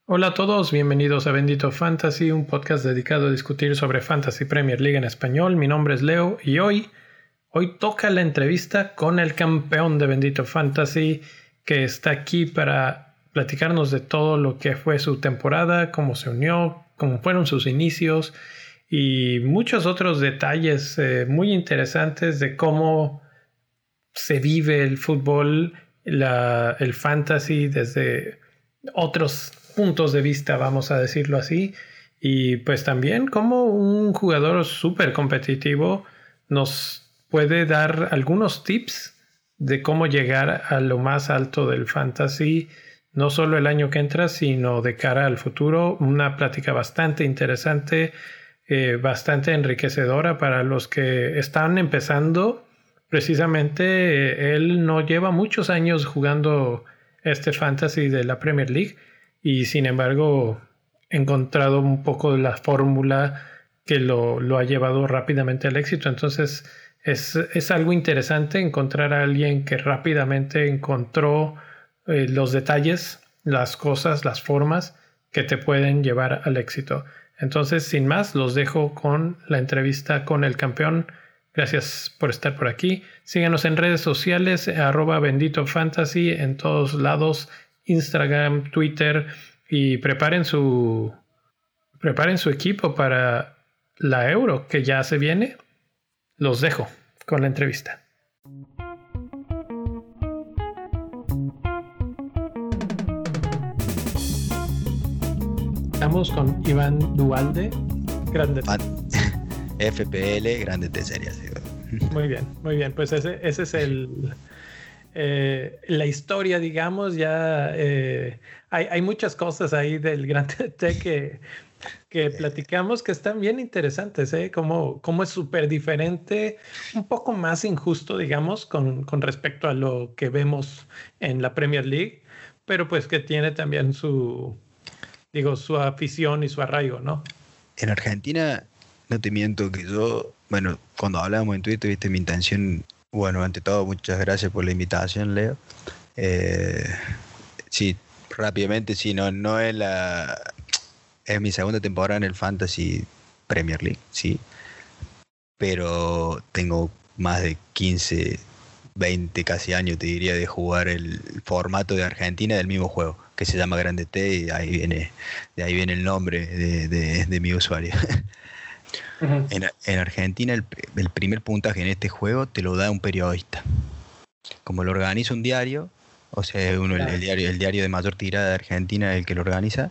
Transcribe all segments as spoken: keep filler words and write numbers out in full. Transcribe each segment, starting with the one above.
Hola a todos, bienvenidos a Bendito Fantasy, un podcast dedicado a discutir sobre Fantasy Premier League en español. Mi nombre es Leo y hoy, hoy toca la entrevista con el campeón de Bendito Fantasy, que está aquí para platicarnos de todo lo que fue su temporada, cómo se unió, cómo fueron sus inicios y muchos otros detalles eh, muy interesantes de cómo se vive el fútbol, la, el fantasy desde otros puntos de vista, vamos a decirlo así, y pues también como un jugador súper competitivo nos puede dar algunos tips de cómo llegar a lo más alto del fantasy, no solo el año que entra, sino de cara al futuro. Una plática bastante interesante, eh, bastante enriquecedora para los que están empezando. Precisamente eh, él no lleva muchos años jugando este fantasy de la Premier League y sin embargo he encontrado un poco la fórmula que lo, lo ha llevado rápidamente al éxito. Entonces es, es algo interesante encontrar a alguien que rápidamente encontró eh, los detalles, las cosas, las formas que te pueden llevar al éxito. Entonces, sin más, los dejo con la entrevista con el campeón. Gracias por estar por aquí. Síganos en redes sociales, arroba Bendito Fantasy en todos lados, Instagram, Twitter, y preparen su, preparen su equipo para la Euro que ya se viene. Los dejo con la entrevista. Estamos con Iván Dualde, grande. F P L, grande T series. Muy bien, muy bien. Pues ese, ese es el eh, la historia, digamos. Ya eh, hay, hay muchas cosas ahí del grande T que, que platicamos que están bien interesantes, ¿eh? Como, como es súper diferente, un poco más injusto, digamos, con, con respecto a lo que vemos en la Premier League, pero pues que tiene también su, digo, su afición y su arraigo, ¿no? En Argentina, no te miento que yo, bueno, cuando hablábamos en Twitter, viste, mi intención, bueno, ante todo, muchas gracias por la invitación, Leo. Eh, sí, rápidamente, sí, no, no es la, es mi segunda temporada en el Fantasy Premier League, sí, pero tengo más de quince, veinte casi años, te diría, de jugar el formato de Argentina del mismo juego, que se llama Grande T, y ahí viene, de ahí viene el nombre de, de, de mi usuario. Uh-huh. En, en Argentina el, el primer puntaje en este juego te lo da un periodista. Como lo organiza un diario, o sea, uno, el, el, diario, el diario de mayor tirada de Argentina es el que lo organiza.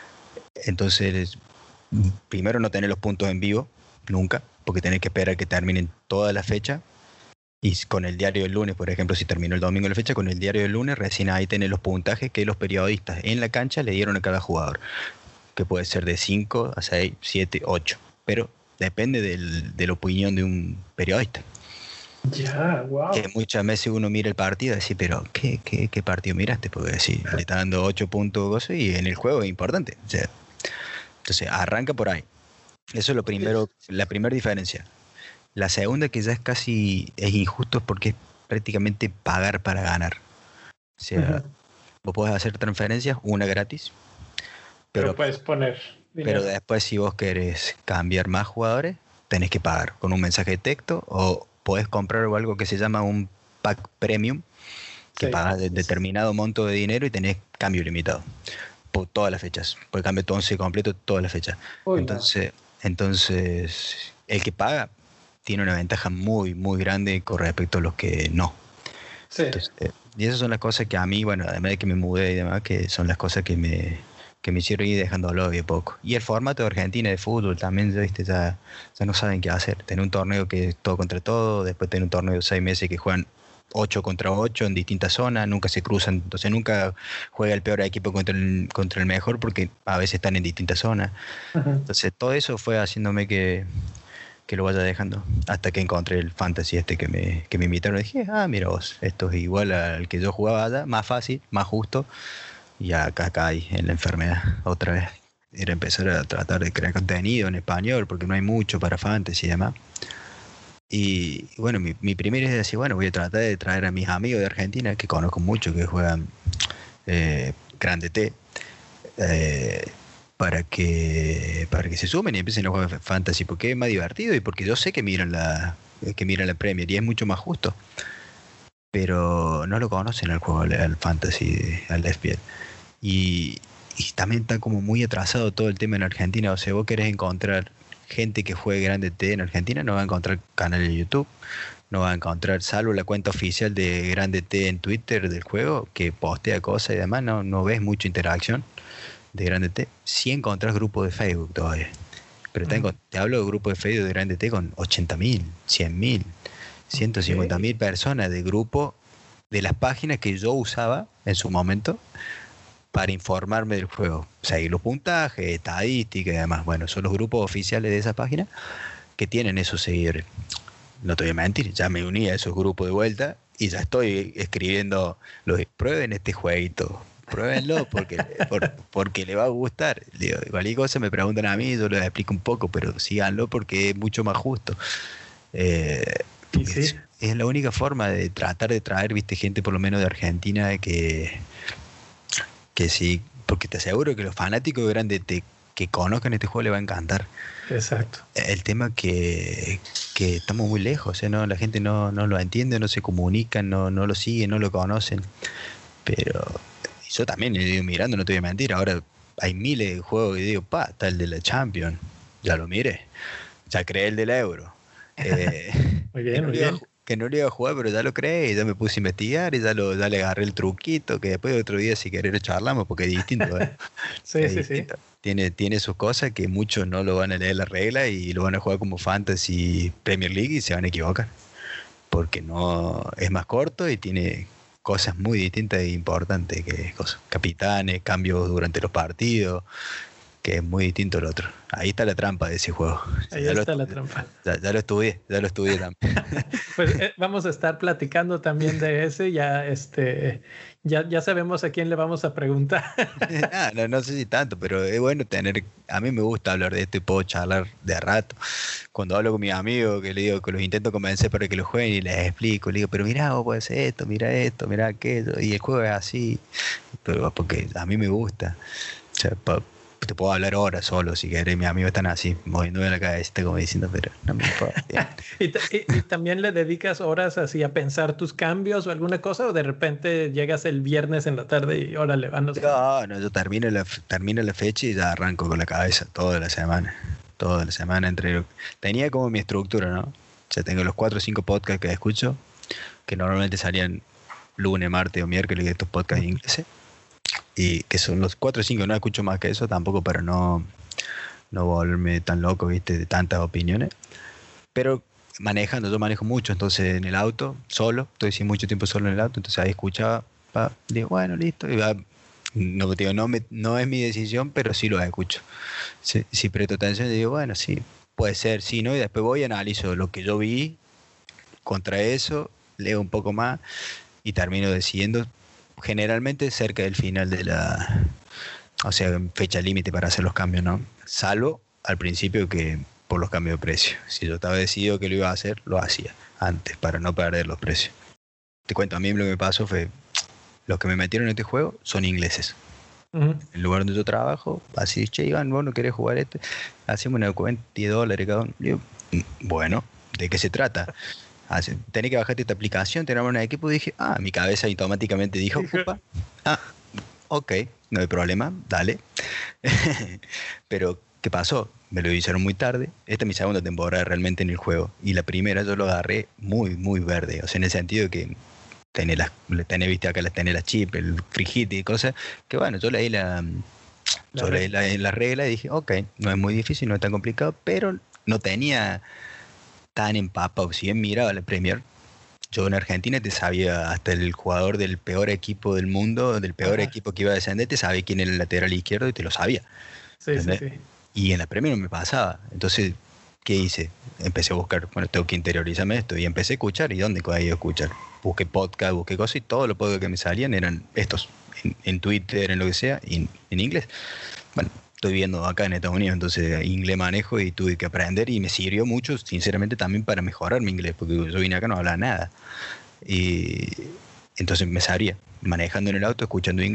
Entonces, primero no tenés los puntos en vivo, nunca, porque tenés que esperar que terminen toda la fecha. Y con el diario del lunes, por ejemplo, si terminó el domingo la fecha, con el diario del lunes recién ahí tenés los puntajes que los periodistas en la cancha le dieron a cada jugador, que puede ser de cinco a seis, siete, ocho, pero depende del, de la opinión de un periodista. Ya, yeah, wow. Que muchas veces uno mira el partido y dice, pero ¿qué, qué, qué partido miraste? Porque sí, le está dando ocho puntos y en el juego es importante. O sea, entonces arranca por ahí. Eso es lo primero, la primera diferencia. La segunda, que ya es casi es injusto, porque es prácticamente pagar para ganar. O sea, uh-huh. Vos podés hacer transferencias, una gratis, pero, pero puedes poner dinero. Pero después, si vos querés cambiar más jugadores, tenés que pagar con un mensaje de texto, o podés comprar algo que se llama un pack premium, que sí, pagas de determinado monto de dinero y tenés cambio ilimitado por todas las fechas. Por cambio todo once completo todas las fechas. Uy, entonces, no. entonces, el que paga tiene una ventaja muy, muy grande con respecto a los que no. Sí. Entonces, eh, y esas son las cosas que a mí, bueno, además de que me mudé y demás, que son las cosas que me, que me hicieron ir dejándolo de poco. Y el formato de Argentina de fútbol también, ¿viste? Ya, ya no saben qué hacer. Tener un torneo que es todo contra todo, después tener un torneo de seis meses que juegan ocho contra ocho en distintas zonas, nunca se cruzan, entonces nunca juega el peor equipo contra el, contra el mejor, porque a veces están en distintas zonas. Uh-huh. Entonces todo eso fue haciéndome que, que lo vaya dejando, hasta que encontré el fantasy este que me, que me invitaron y dije, ah, mira vos, esto es igual al que yo jugaba allá, más fácil, más justo, y acá caí en la enfermedad otra vez. Era empezar a tratar de crear contenido en español, porque no hay mucho para fantasy y demás. Y bueno, mi, mi primera idea es decir, bueno, voy a tratar de traer a mis amigos de Argentina, que conozco mucho, que juegan eh, Grande T. eh, para que para que se sumen y empiecen a jugar fantasy, porque es más divertido y porque yo sé que miran la que miran la Premier y es mucho más justo, pero no lo conocen al juego, al, al fantasy, al F P L. Y, y también está como muy atrasado todo el tema en Argentina. O sea, vos querés encontrar gente que juegue Grande T en Argentina, no va a encontrar canales de YouTube, no va a encontrar, salvo la cuenta oficial de Grande T en Twitter del juego, que postea cosas y demás, no, no ves mucha interacción de Grande T. Sí encontrás grupos de Facebook todavía. Pero te, Ujú. te hablo de grupos de Facebook de Grande T con ochenta mil, cien mil, ciento cincuenta mil Ok. personas de grupo de las páginas que yo usaba en su momento para informarme del juego. Seguir los puntajes, estadísticas y demás. Bueno, son los grupos oficiales de esa página que tienen esos seguidores. No te voy a mentir, ya me uní a esos grupos de vuelta y ya estoy escribiendo, los, prueben este jueguito, pruébenlo porque, por- porque le va a gustar. Digo, cualquier cosa me preguntan a mí, yo les explico un poco, pero síganlo porque es mucho más justo. Eh, Y porque sí, es, es la única forma de tratar de traer, viste, gente por lo menos de Argentina que, que sí, porque te aseguro que los fanáticos de Grande te, que conozcan este juego les va a encantar. exacto. El tema que, que estamos muy lejos, ¿eh? ¿No? La gente no, no lo entiende, no se comunican, no, no lo siguen, no lo conocen. Pero yo también he ido mirando, no te voy a mentir. Ahora hay miles de juegos que digo, pa, está el de la Champions, ya lo miré, ya creé el de la Euro. Eh, Muy que, bien, no muy le iba a, bien. ju- que no le iba a jugar, pero ya lo creé y ya me puse a investigar y ya, lo, ya le agarré el truquito, que después otro día si querés lo charlamos porque es distinto, ¿eh? Sí, Es sí, sí. distinto. Tiene, tiene sus cosas que muchos no lo van a leer la regla y lo van a jugar como Fantasy Premier League y se van a equivocar. Porque no es más corto y tiene cosas muy distintas e importantes que cosas. Capitanes, cambios durante los partidos, que es muy distinto al otro. Ahí está la trampa de ese juego. Ahí Ya lo, está estu- la trampa. ya, ya lo estudié, ya lo estudié también. Pues eh, vamos a estar platicando también de ese. Ya, este, ya, ya sabemos a quién le vamos a preguntar. Nada, no, no sé si tanto, pero es bueno tener. A mí me gusta hablar de esto y puedo charlar de a rato. Cuando hablo con mis amigos, que le digo que los intento convencer para que lo jueguen y les explico, le digo, pero mirá, vos podés hacer esto, mirá esto, mirá aquello, y el juego es así, pero porque a mí me gusta. O sea, pa- te puedo hablar horas solo si querés, mis amigos están así, moviéndome la cabeza, como diciendo, pero no me importa. ¿Y, ta- y- y también le dedicas horas así a pensar tus cambios o alguna cosa? ¿O de repente llegas el viernes en la tarde y órale, van los cambios? No, no, yo termino la, f- termino la fecha y ya arranco con la cabeza toda la semana. Toda la semana entre... Tenía como mi estructura, ¿no? O sea, tengo los cuatro o cinco podcasts que escucho, que normalmente salían lunes, martes o miércoles, estos podcasts ingleses. Y que son los cuatro o cinco, no escucho más que eso tampoco para no, no volverme tan loco, ¿viste? De tantas opiniones. Pero manejando, yo manejo mucho, entonces en el auto, solo, estoy sin mucho tiempo solo en el auto, entonces ahí escuchaba, pa, digo, bueno, listo, y va, no, digo, no, me, no es mi decisión, pero sí lo escucho. Si, si presto atención, digo, bueno, sí, puede ser, sí, ¿no? Y después voy y analizo lo que yo vi contra eso, leo un poco más y termino decidiendo generalmente cerca del final de la, o sea, fecha límite para hacer los cambios, ¿no? Salvo al principio que por los cambios de precio. Si yo estaba decidido que lo iba a hacer, lo hacía antes para no perder los precios. Te cuento, a mí lo que me pasó fue, los que me metieron en este juego son ingleses. Ujú. En el lugar donde yo trabajo, así, che, Iván, vos no querés jugar este, hacemos una cuenta, diez dólares cada uno. Digo, "Mm, bueno, ¿de qué se trata? Hace, tenés que bajarte esta aplicación, tenemos un equipo", y dije, ah, mi cabeza automáticamente dijo, Hijo, upa, ah, ok, no hay problema, dale. Pero, ¿qué pasó? Me lo hicieron muy tarde. Esta es mi segunda temporada realmente en el juego. Y la primera yo lo agarré muy, muy verde. O sea, en el sentido de que tenés las, tenés, viste acá las tenés las chips, el free hit y cosas. Que bueno, yo leí la, la yo leí regla. la, la regla y dije, ok, no es muy difícil, no es tan complicado, pero no tenía tan empapado. Si bien miraba la Premier, yo en Argentina te sabía hasta el jugador del peor equipo del mundo, del peor Ajá. equipo que iba a descender, te sabía quién era el lateral izquierdo y te lo sabía. Sí, sí, ¿Entendés? sí. Y en la Premier no me pasaba. Entonces, ¿qué hice? Empecé a buscar, bueno, tengo que interiorizarme esto. Y empecé a escuchar. ¿Y dónde podía escuchar? Busqué podcast, busqué cosas y todos los podcasts que me salían eran estos. En, en Twitter, en lo que sea, y en, en inglés. Bueno, estoy viviendo acá en Estados Unidos, entonces inglés manejo y tuve que aprender y me sirvió mucho, sinceramente, también para mejorar mi inglés, porque yo vine acá no hablaba nada. Y entonces me sabía, manejando en el auto, escuchando inglés,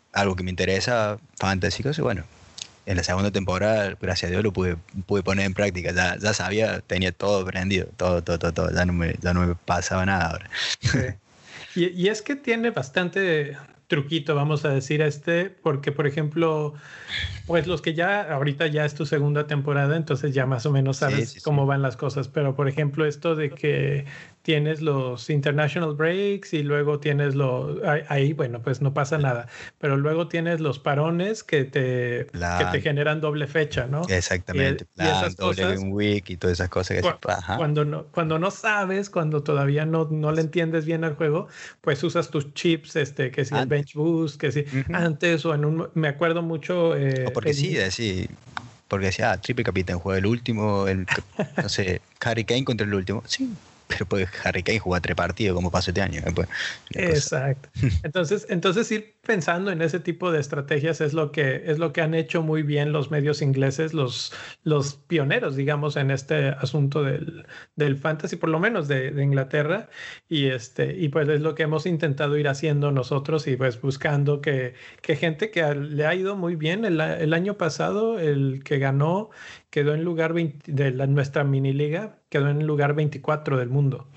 algo que me interesa, fantasy, cosas, bueno, en la segunda temporada, gracias a Dios, lo pude, pude poner en práctica. Ya, ya sabía, tenía todo aprendido, todo, todo, todo, todo. Ya no me, ya no me pasaba nada ahora. Sí. Y, y es que tiene bastante truquito, vamos a decir, este, porque, por ejemplo, pues los que ya, ahorita ya es tu segunda temporada, entonces ya más o menos sabes Sí, sí, cómo sí. van las cosas, pero por ejemplo esto de que tienes los international breaks y luego tienes los, ahí, ahí, bueno, pues no pasa nada, pero luego tienes los parones que te, que te Plan, generan doble fecha, ¿no? Y, exactamente, y plan, esas doble cosas, game week y todas esas cosas que cu- se ajá. cuando no, cuando no sabes, cuando todavía no, no le entiendes bien al juego, pues usas tus chips, este, que si el Antes. bench boost, que si Ujú. antes o en un, me acuerdo mucho O eh, porque sí, en, así, porque decía, ah, triple capitán, juega el último, el, no sé, Harry Kane contra el último. Sí, pero pues Harry Kane juega tres partidos, como pasó este año. Después, una cosa. exacto. Entonces, entonces ir pensando en ese tipo de estrategias es lo que es lo que han hecho muy bien los medios ingleses, los, los pioneros, digamos, en este asunto del, del fantasy, por lo menos de, de Inglaterra. Y este, y pues es lo que hemos intentado ir haciendo nosotros y pues buscando que, que gente que le ha ido muy bien. El, el año pasado, el que ganó quedó en lugar veinte de la, nuestra mini liga, quedó en lugar veinticuatro del mundo.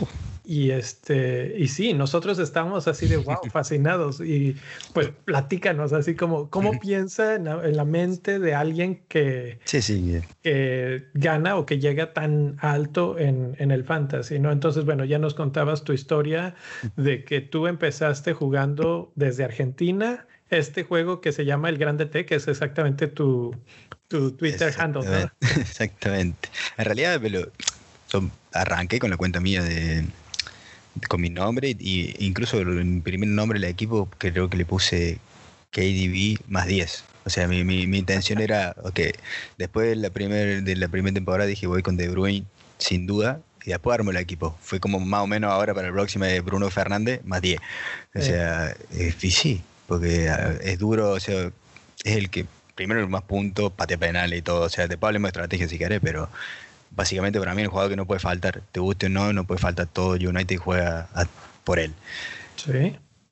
Y este, y sí, nosotros estábamos así de wow, fascinados. Y pues platícanos así como, ¿cómo piensa en la, en la mente de alguien que, Sí, sí. que gana o que llega tan alto en, en el fantasy, ¿no? Entonces, bueno, ya nos contabas tu historia de que tú empezaste jugando desde Argentina este juego que se llama El Grande T, que es exactamente tu, tu Twitter handle, ¿no? Exactamente, exactamente. En realidad me lo- yo arranqué con la cuenta mía de con mi nombre y incluso mi primer nombre del equipo creo que le puse K D B más diez. O sea, mi, mi, mi intención era, ok, después de la primera de la primera temporada dije voy con De Bruyne sin duda y después armo el equipo. Fue como más o menos ahora para la próxima de Bruno Fernández más diez. O Eh, sea, eh, y sí, porque ah, es duro, o sea, es el que primero el más puntos, patea penal y todo. O sea, te puedo hablar de estrategia si querés, pero básicamente para mí el jugador que no puede faltar, te guste o no, no puede faltar todo. United juega a- por él. sí.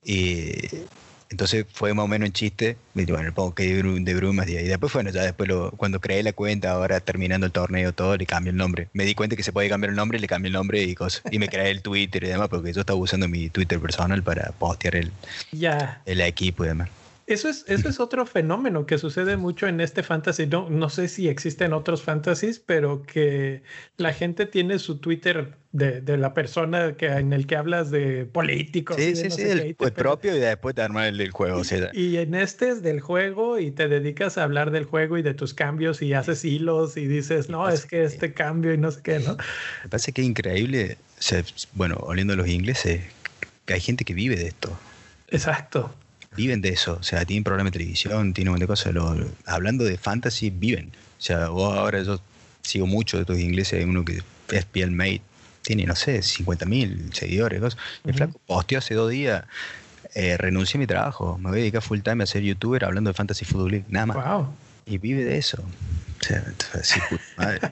Y entonces fue más o menos en chiste. Y bueno, le pongo que de Bruyne, de Bruyne más diez. Y después, bueno, ya después lo- cuando creé la cuenta, ahora terminando el torneo, todo, le cambié el nombre. Me di cuenta que se podía cambiar el nombre, le cambié el nombre y cosas. Y me creé el Twitter y demás, porque yo estaba usando mi Twitter personal para postear el, Ya. el equipo y demás. Eso es, eso es otro fenómeno que sucede mucho en este fantasy. No, no sé si existen otros fantasies, pero que la gente tiene su Twitter de, de la persona que, en el que hablas de políticos y Sí, de sí, no sí, sé qué, el, y te el pegas. propio y después te armar el del juego. O sea, Y, y en este es del juego y te dedicas a hablar del juego y de tus cambios y y, haces hilos y dices, y no, es pasa que que, este cambio y no sé qué, ¿no? me parece que es increíble. O sea, bueno, oliendo a los ingleses, que hay gente que vive de esto. Exacto. Viven de eso, o sea, tienen programas de televisión, tienen un montón de cosas. Lo- hablando de fantasy, viven. O sea, vos ahora yo sigo mucho de estos ingleses, hay uno que es P L Mate, tiene, no sé, cincuenta mil seguidores. Cosas. El Ujú. flaco posteó hace dos días, eh, renuncié a mi trabajo, me voy a dedicar full time a ser youtuber hablando de Fantasy Football League, nada más. Wow. Y vive de eso. O sea, así, puta madre.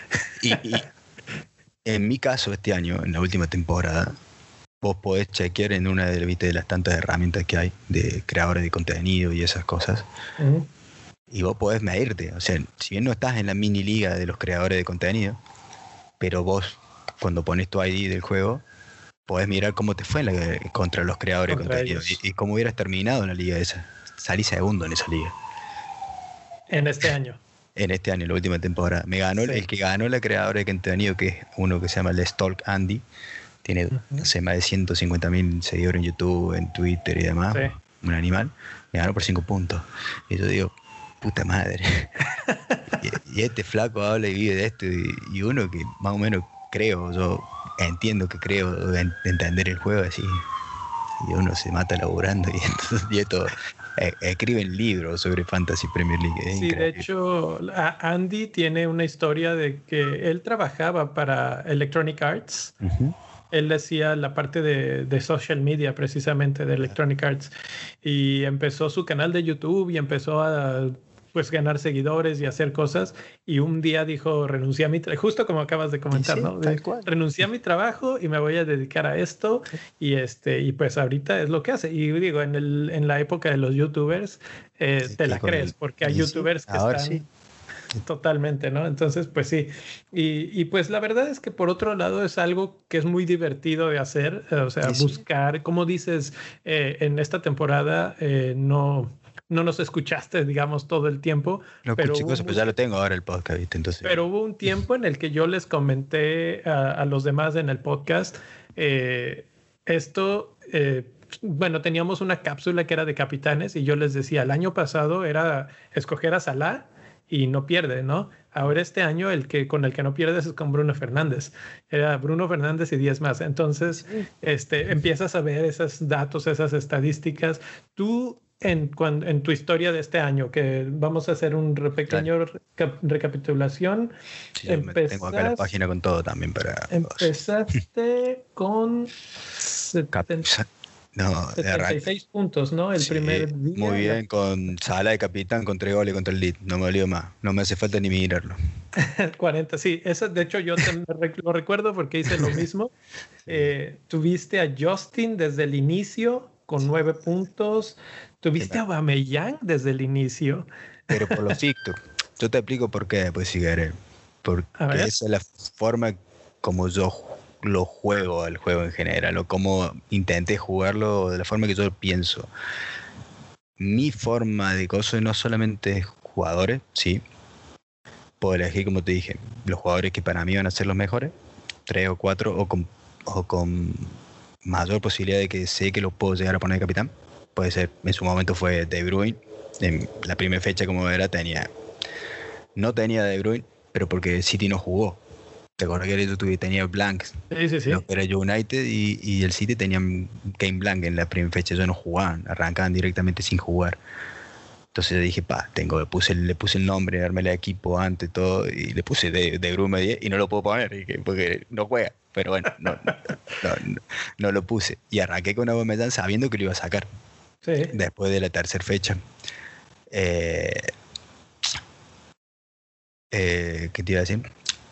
Y, y en mi caso, este año, en la última temporada, vos podés chequear en una de, ¿viste? de las tantas herramientas que hay de creadores de contenido y esas cosas. Ujú. Y vos podés medirte. O sea, si bien no estás en la mini liga de los creadores de contenido, pero vos, cuando pones tu I D del juego, podés mirar cómo te fue en la- contra los creadores de Contra contenido ellos. y, y cómo hubieras terminado en la liga esa. Salí segundo en esa liga. En este año. En este año, en la última temporada. Me ganó el, Sí. el que ganó la creadora de contenido, que es uno que se llama Les Talk Andy. Tiene, Ujú. no sé, más de ciento cincuenta mil seguidores en YouTube, en Twitter y demás. Sí. Un animal. Me ganó por cinco puntos. Y yo digo, puta madre. y, y este flaco habla y vive de esto. Y, y uno que más o menos creo, yo entiendo que creo en- entender el juego así. Y uno se mata laburando y, entonces, y esto eh, escriben libros sobre Fantasy Premier League. Es Sí, de increíble. hecho, a- Andy tiene una historia de que él trabajaba para Electronic Arts. Ujú. Él hacía la parte de, de social media precisamente de Electronic Arts y empezó su canal de YouTube y empezó a pues ganar seguidores y hacer cosas. Y un día dijo, renuncié a mi trabajo, justo como acabas de comentar, sí, ¿no? tal cual. Renuncié a mi trabajo y me voy a dedicar a esto. Y este, y pues ahorita es lo que hace. Y digo, en el, en la época de los youtubers, eh, Sí, te que la con crees, el- porque hay y sí, youtubers que ahora están sí. totalmente, ¿no? Entonces, pues sí. Y, y pues la verdad es que por otro lado es algo que es muy divertido de hacer, eh, o sea, Y sí. buscar, como dices, eh, en esta temporada eh, no, no nos escuchaste, digamos, todo el tiempo, Lo pero escuché hubo, cosas, pues mu- ya lo tengo ahora el podcast, ¿viste? Entonces, pero hubo un tiempo en el que yo les comenté a, a los demás en el podcast, eh, esto, eh, bueno, teníamos una cápsula que era de capitanes y yo les decía, el año pasado era escoger a Salah y no pierde, ¿no? Ahora este año el que con el que no pierdes es con Bruno Fernández. Era Bruno Fernández y diez más. Entonces, sí. este, empiezas a ver esos datos, esas estadísticas. Tú en, cuan- en tu historia de este año, que vamos a hacer un re- Claro. pequeño reca- recapitulación, Sí, yo me tengo acá la empezas, página con todo también para vos. empezaste con Cap- setenta No, de setenta y arranque. seis puntos, ¿no? El Sí, primer día. muy La bien, con Sala de capitán, con tres goles contra el Leeds. No me olvido más. No me hace falta ni mirarlo. cuarenta, sí, eso de hecho yo también lo recuerdo porque hice lo mismo. Sí, Eh, tuviste a Justin desde el inicio con nueve puntos. sí, Tuviste me- a Aubameyang desde el inicio. pero por los fixtures. Yo te explico por qué, pues si querés. Porque A ver, esa es la forma como yo ju- lo juego al juego en general, o como intenté jugarlo, de la forma que yo pienso. Mi forma de cosas no solamente es jugadores, sí. Puedo elegir, como te dije, los jugadores que para mí van a ser los mejores, tres o cuatro, o con, o con mayor posibilidad de que sé que los puedo llegar a poner de capitán. Puede ser, en su momento fue De Bruyne. En la primera fecha, como era, tenía. No tenía De Bruyne, pero porque City no jugó. ¿Te acuerdas que yo tuve, tenía blanks? sí, sí, sí. Lo que era United y, y el City tenían game blank en la primera fecha. Ellos no jugaban, arrancaban directamente sin jugar. Entonces yo dije, pa, tengo, le puse, le puse el nombre, armé el equipo antes, todo, y le puse de, de Bruyne diez y no lo puedo poner y porque no juega. Pero bueno, no, no, no, no, no lo puse. Y arranqué con Aubameyang sabiendo que lo iba a sacar Sí. después de la tercera fecha. Eh, eh, ¿Qué te iba a decir?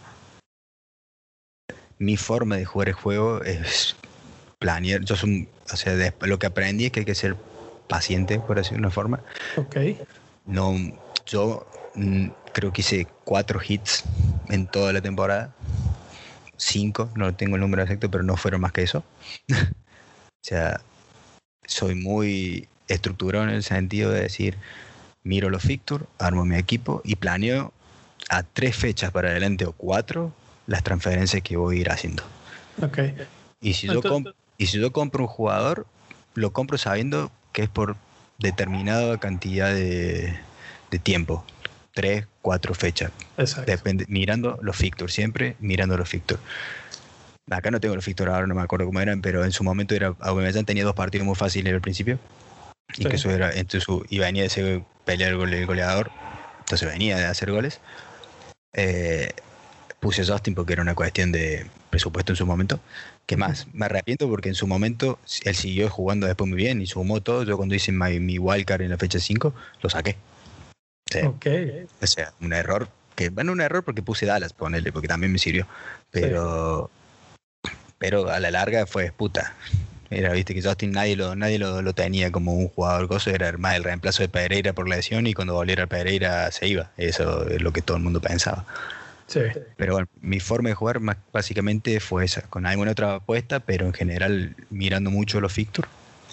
Mi forma de jugar el juego es planear. Yo soy, o sea, de- lo que aprendí es que hay que ser paciente, por decirlo de una forma. Ok. No, yo mm, creo que hice cuatro hits en toda la temporada. Cinco, no tengo el número exacto, pero no fueron más que eso. O sea, soy muy estructurado en el sentido de decir, miro los fixtures, armo mi equipo y planeo a tres fechas para adelante o cuatro las transferencias que voy a ir haciendo. Ok. Y si, yo Entonces, comp- y si yo compro un jugador, lo compro sabiendo que es por determinada cantidad de, de tiempo. Tres, cuatro fechas. exacto. Depende, mirando los fixtures, siempre mirando los fixtures. Acá no tengo los fixtures, ahora no me acuerdo cómo eran, pero en su momento era Aubameyang tenía dos partidos muy fáciles al principio. Y Sí. que eso era, entonces, su- y venía de ese pelear el, gole- el goleador. Entonces venía de hacer goles. Eh, puse a Justin porque era una cuestión de presupuesto en su momento. ¿Qué más? Me arrepiento porque en su momento él siguió jugando después muy bien y sumó todo. Yo cuando hice mi, mi wildcard en la fecha cinco, lo saqué. O sea, Ok. o sea, un error, que bueno, un error porque puse Dallas, ponele, porque también me sirvió. Pero, pero a la larga fue puta. Era, viste que Justin nadie lo, nadie lo, lo tenía como un jugador gozo, era más el reemplazo de Pereira por lesión y cuando volviera a Pereira se iba. Eso es lo que todo el mundo pensaba. Sí. Pero bueno, mi forma de jugar más básicamente fue esa, con alguna otra apuesta, pero en general mirando mucho los fixtures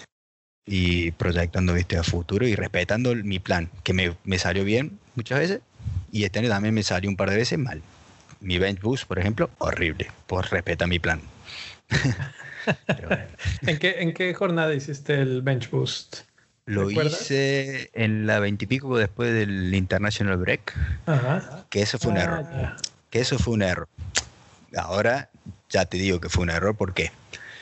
y proyectando, viste, a futuro y respetando mi plan, que me, me salió bien muchas veces y este año también me salió un par de veces mal. Mi bench boost, por ejemplo, horrible, pues respeta mi plan. Pero bueno. ¿En qué, ¿En qué jornada hiciste el bench boost? Lo ¿Recuerdas? hice en la veintipico después del International Break, Ajá. que eso fue un Ah, error. ya. Que eso fue un error. Ahora ya te digo que fue un error, ¿por qué?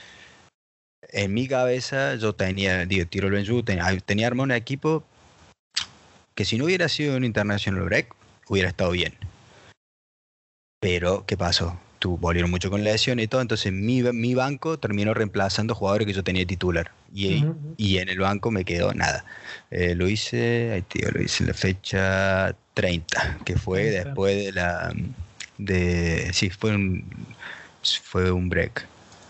En mi cabeza yo tenía, digo, tiro el bench, tenía, tenía armado un equipo que si no hubiera sido un International Break, hubiera estado bien. Pero, ¿qué pasó? tu, volvieron mucho con lesiones y todo, entonces mi, mi banco terminó reemplazando jugadores que yo tenía titular. Y, Ujú. y en el banco me quedó nada. Eh, lo hice, ahí te digo, lo hice en la fecha treinta, que fue treinta. después de la... de Sí, fue un, fue un break.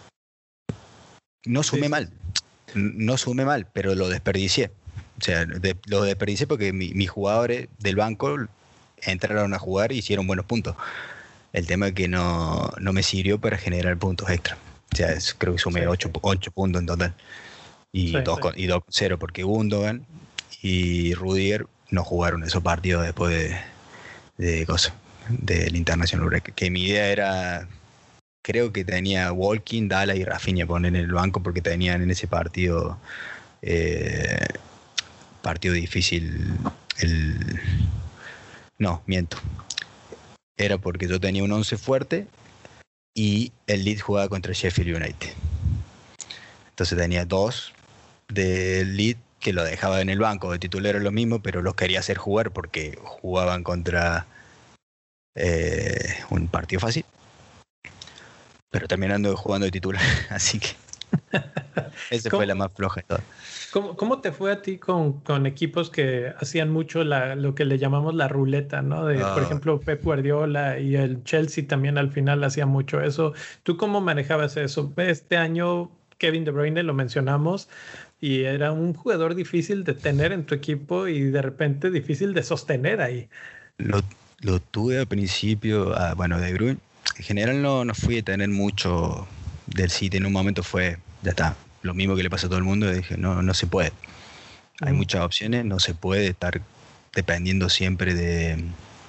No sumé Sí, sí, mal, no sumé mal, pero lo desperdicié. O sea, de, lo desperdicié porque mi, mis jugadores del banco entraron a jugar y hicieron buenos puntos. El tema es que no, no me sirvió para generar puntos extra. O sea, es- creo que sí, sumé ocho puntos en total. sí, Y dos sí. con, y dos cero porque Gundogan y Rudiger no jugaron esos partidos después de, de cosas, del International Break. Que mi idea era, creo que tenía Walking, Dala y Rafinha poner en el banco porque tenían en ese partido, eh, partido difícil, el... No, miento. Era porque yo tenía un once fuerte y el Leeds jugaba contra Sheffield United. Entonces tenía dos del Leeds que lo dejaba en el banco, de titular lo mismo, pero los quería hacer jugar porque jugaban contra eh, un partido fácil, pero terminando jugando de titular, así que esa fue la ¿Cómo, más floja de todas. cómo, cómo te fue a ti con, con equipos que hacían mucho la, lo que le llamamos la ruleta, ¿no? De, por Uh, ejemplo, Pep Guardiola y el Chelsea también al final hacía mucho eso. ¿Tú cómo manejabas eso? Este año Kevin De Bruyne lo mencionamos y era un jugador difícil de tener en tu equipo y de repente difícil de sostener ahí. lo, lo tuve al principio, ah, bueno, de Bruyne. En general no, no fui a tener mucho del City, en un momento fue, ya está, lo mismo que le pasa a todo el mundo, dije, no, no se puede. Hay Mm, muchas opciones, no se puede estar dependiendo siempre de,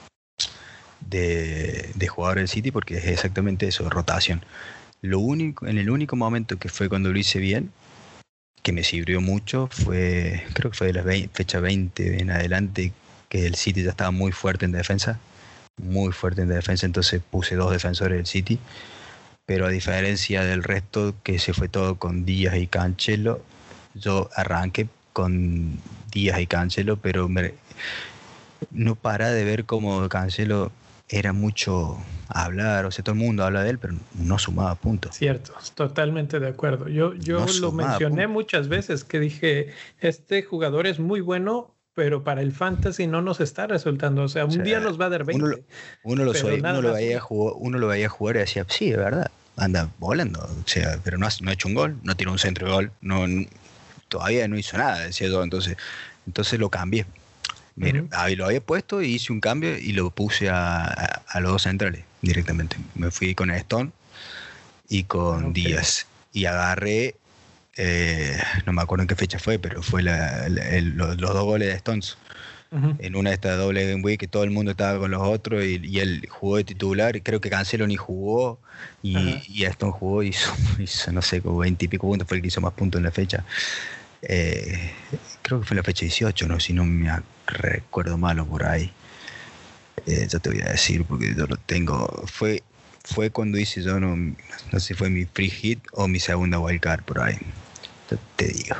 de, de jugadores del City porque es exactamente eso, rotación. Lo único, en el único momento que fue cuando lo hice bien, que me sirvió mucho, fue, creo que fue de la veinte, fecha veinte en adelante, que el City ya estaba muy fuerte en defensa, muy fuerte en defensa, entonces puse dos defensores del City, pero a diferencia del resto, que se fue todo con Díaz y Cancelo, yo arranqué con Díaz y Cancelo, pero me, no para de ver cómo Cancelo era mucho a hablar, o sea, todo el mundo habla de él, pero no sumaba puntos. cierto, totalmente de acuerdo. Yo, No yo lo sumaba mencioné puntos. muchas veces que dije, este jugador es muy bueno, pero para el fantasy no nos está resultando. O sea, O un día sea, nos va a dar uno, lo- veinte, uno, lo, pero soy- nada uno, lo más veía uno. jugar, uno lo veía jugar y decía, sí, es verdad, anda volando, o sea, pero no ha, no ha hecho un gol, no tiró un centro de gol, no, no- todavía no hizo nada, decía yo, entonces, entonces lo cambié. Mira, Ujú. ahí lo había puesto y hice un cambio y lo puse a, a- a los dos centrales directamente. Me fui con Stone y Ah, con ok. Díaz. Y agarré, eh, no me acuerdo en qué fecha fue, pero fue la- la- el- los, los dos goles de Stones. Ujú. En una de estas doble Game Week que todo el mundo estaba con los otros y, y él jugó de titular. Y creo que Cancelo ni jugó y, Ajá. y Stone jugó y hizo, hizo, no sé, como veinte y pico puntos. Fue el que hizo más puntos en la fecha. Eh, creo que fue la fecha dieciocho, ¿no? Si no me ac- recuerdo malo por ahí. Eh, ya te voy a decir porque yo lo tengo. Fue, fue cuando hice yo, no, no sé si fue mi free hit o mi segunda wildcard por ahí. Ya te digo.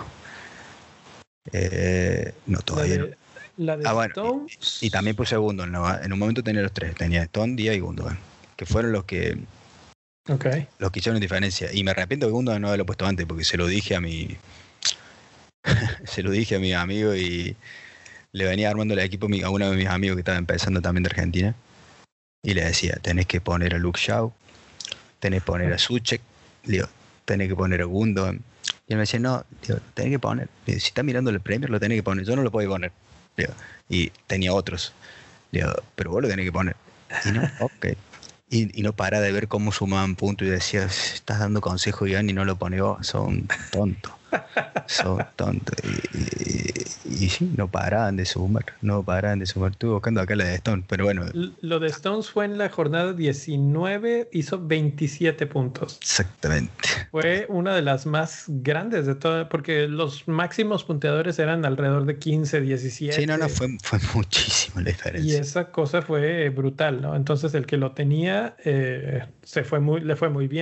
Eh, no, La todavía no. de, la de Ah, bueno, y, y también Stones. puse Gundogan, ¿no? En un momento tenía los tres, tenía Stone, Díaz y Gundogan, que fueron los que Ok. los que hicieron diferencia. Y me arrepiento que Gundogan no haberlo puesto antes, porque se lo dije a mi se lo dije a mi amigo y le venía armando el equipo a uno de mis amigos que estaba empezando también de Argentina. Y le decía, tenés que poner a Luke Shaw, tenés que poner a Suchek, le digo, tenés que poner a Gundogan. Y él me decía, no, digo, tenés que poner. Le digo, si estás mirando el Premier, lo tenés que poner. Yo no lo puedo poner. Le digo, y tenía otros. Le digo, pero vos lo tenés que poner. Y no, ok. Y, y no para de ver cómo sumaban puntos y decía, estás dando consejo, Iván, y no lo pones vos, son tontos. Son tontos. Y, y, y sí, no paraban de sumar, no paraban de sumar. Estuve buscando acá la de Stone, pero bueno, L- Lo de Stones fue en la jornada diecinueve, hizo veintisiete puntos. exactamente. Fue una de las más grandes de todas, porque los máximos punteadores eran alrededor de quince, Sí, no, no, diecisiete. fue, fue muchísimo la Y diferencia. esa cosa fue brutal, ¿no? Entonces el que lo tenía eh, se fue muy, le fue muy bien.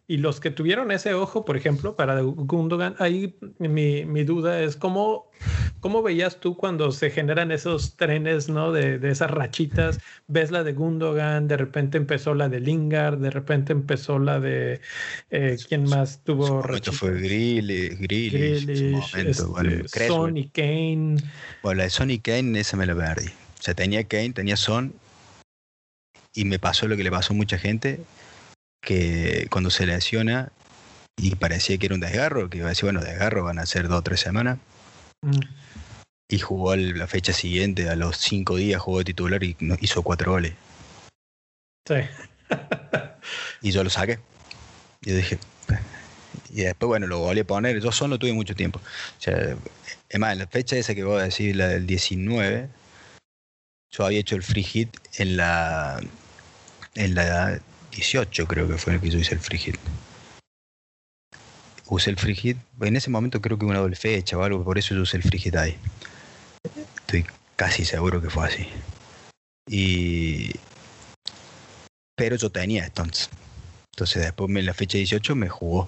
Y los que tuvieron ese ojo, por ejemplo, para Gundogan, ahí mi, mi duda es cómo, cómo veías tú cuando se generan esos trenes, ¿no? De, de esas rachitas. Ves la de Gundogan, de repente empezó la de Lingard, de repente empezó la de eh, ¿quién más tuvo su momento fue rachitas? Grealish, Grealish, su Grealish, momento, bueno, este, Creswell. Son y Kane. Bueno, la de Son y Kane, esa me la perdí. O sea, tenía Kane, tenía Son, y me pasó lo que le pasó a mucha gente, que cuando se lesiona y parecía que era un desgarro, que iba a decir, bueno, desgarro van a ser dos o tres semanas, mm. y jugó la fecha siguiente, a los cinco días jugó de titular y hizo cuatro goles. Sí. Y yo lo saqué. Yo dije, y después, bueno, lo volví a poner. Yo solo tuve mucho tiempo. O sea, es más, en la fecha esa que voy a decir, la del diecinueve, yo había hecho el free hit en la en la dieciocho, creo que fue el que yo hice el free hit. Usé el free hit, en ese momento creo que una doble fecha o algo, por eso yo usé el free hit ahí. Estoy casi seguro que fue así. Y pero yo tenía Stones. Entonces después en la fecha dieciocho me jugó.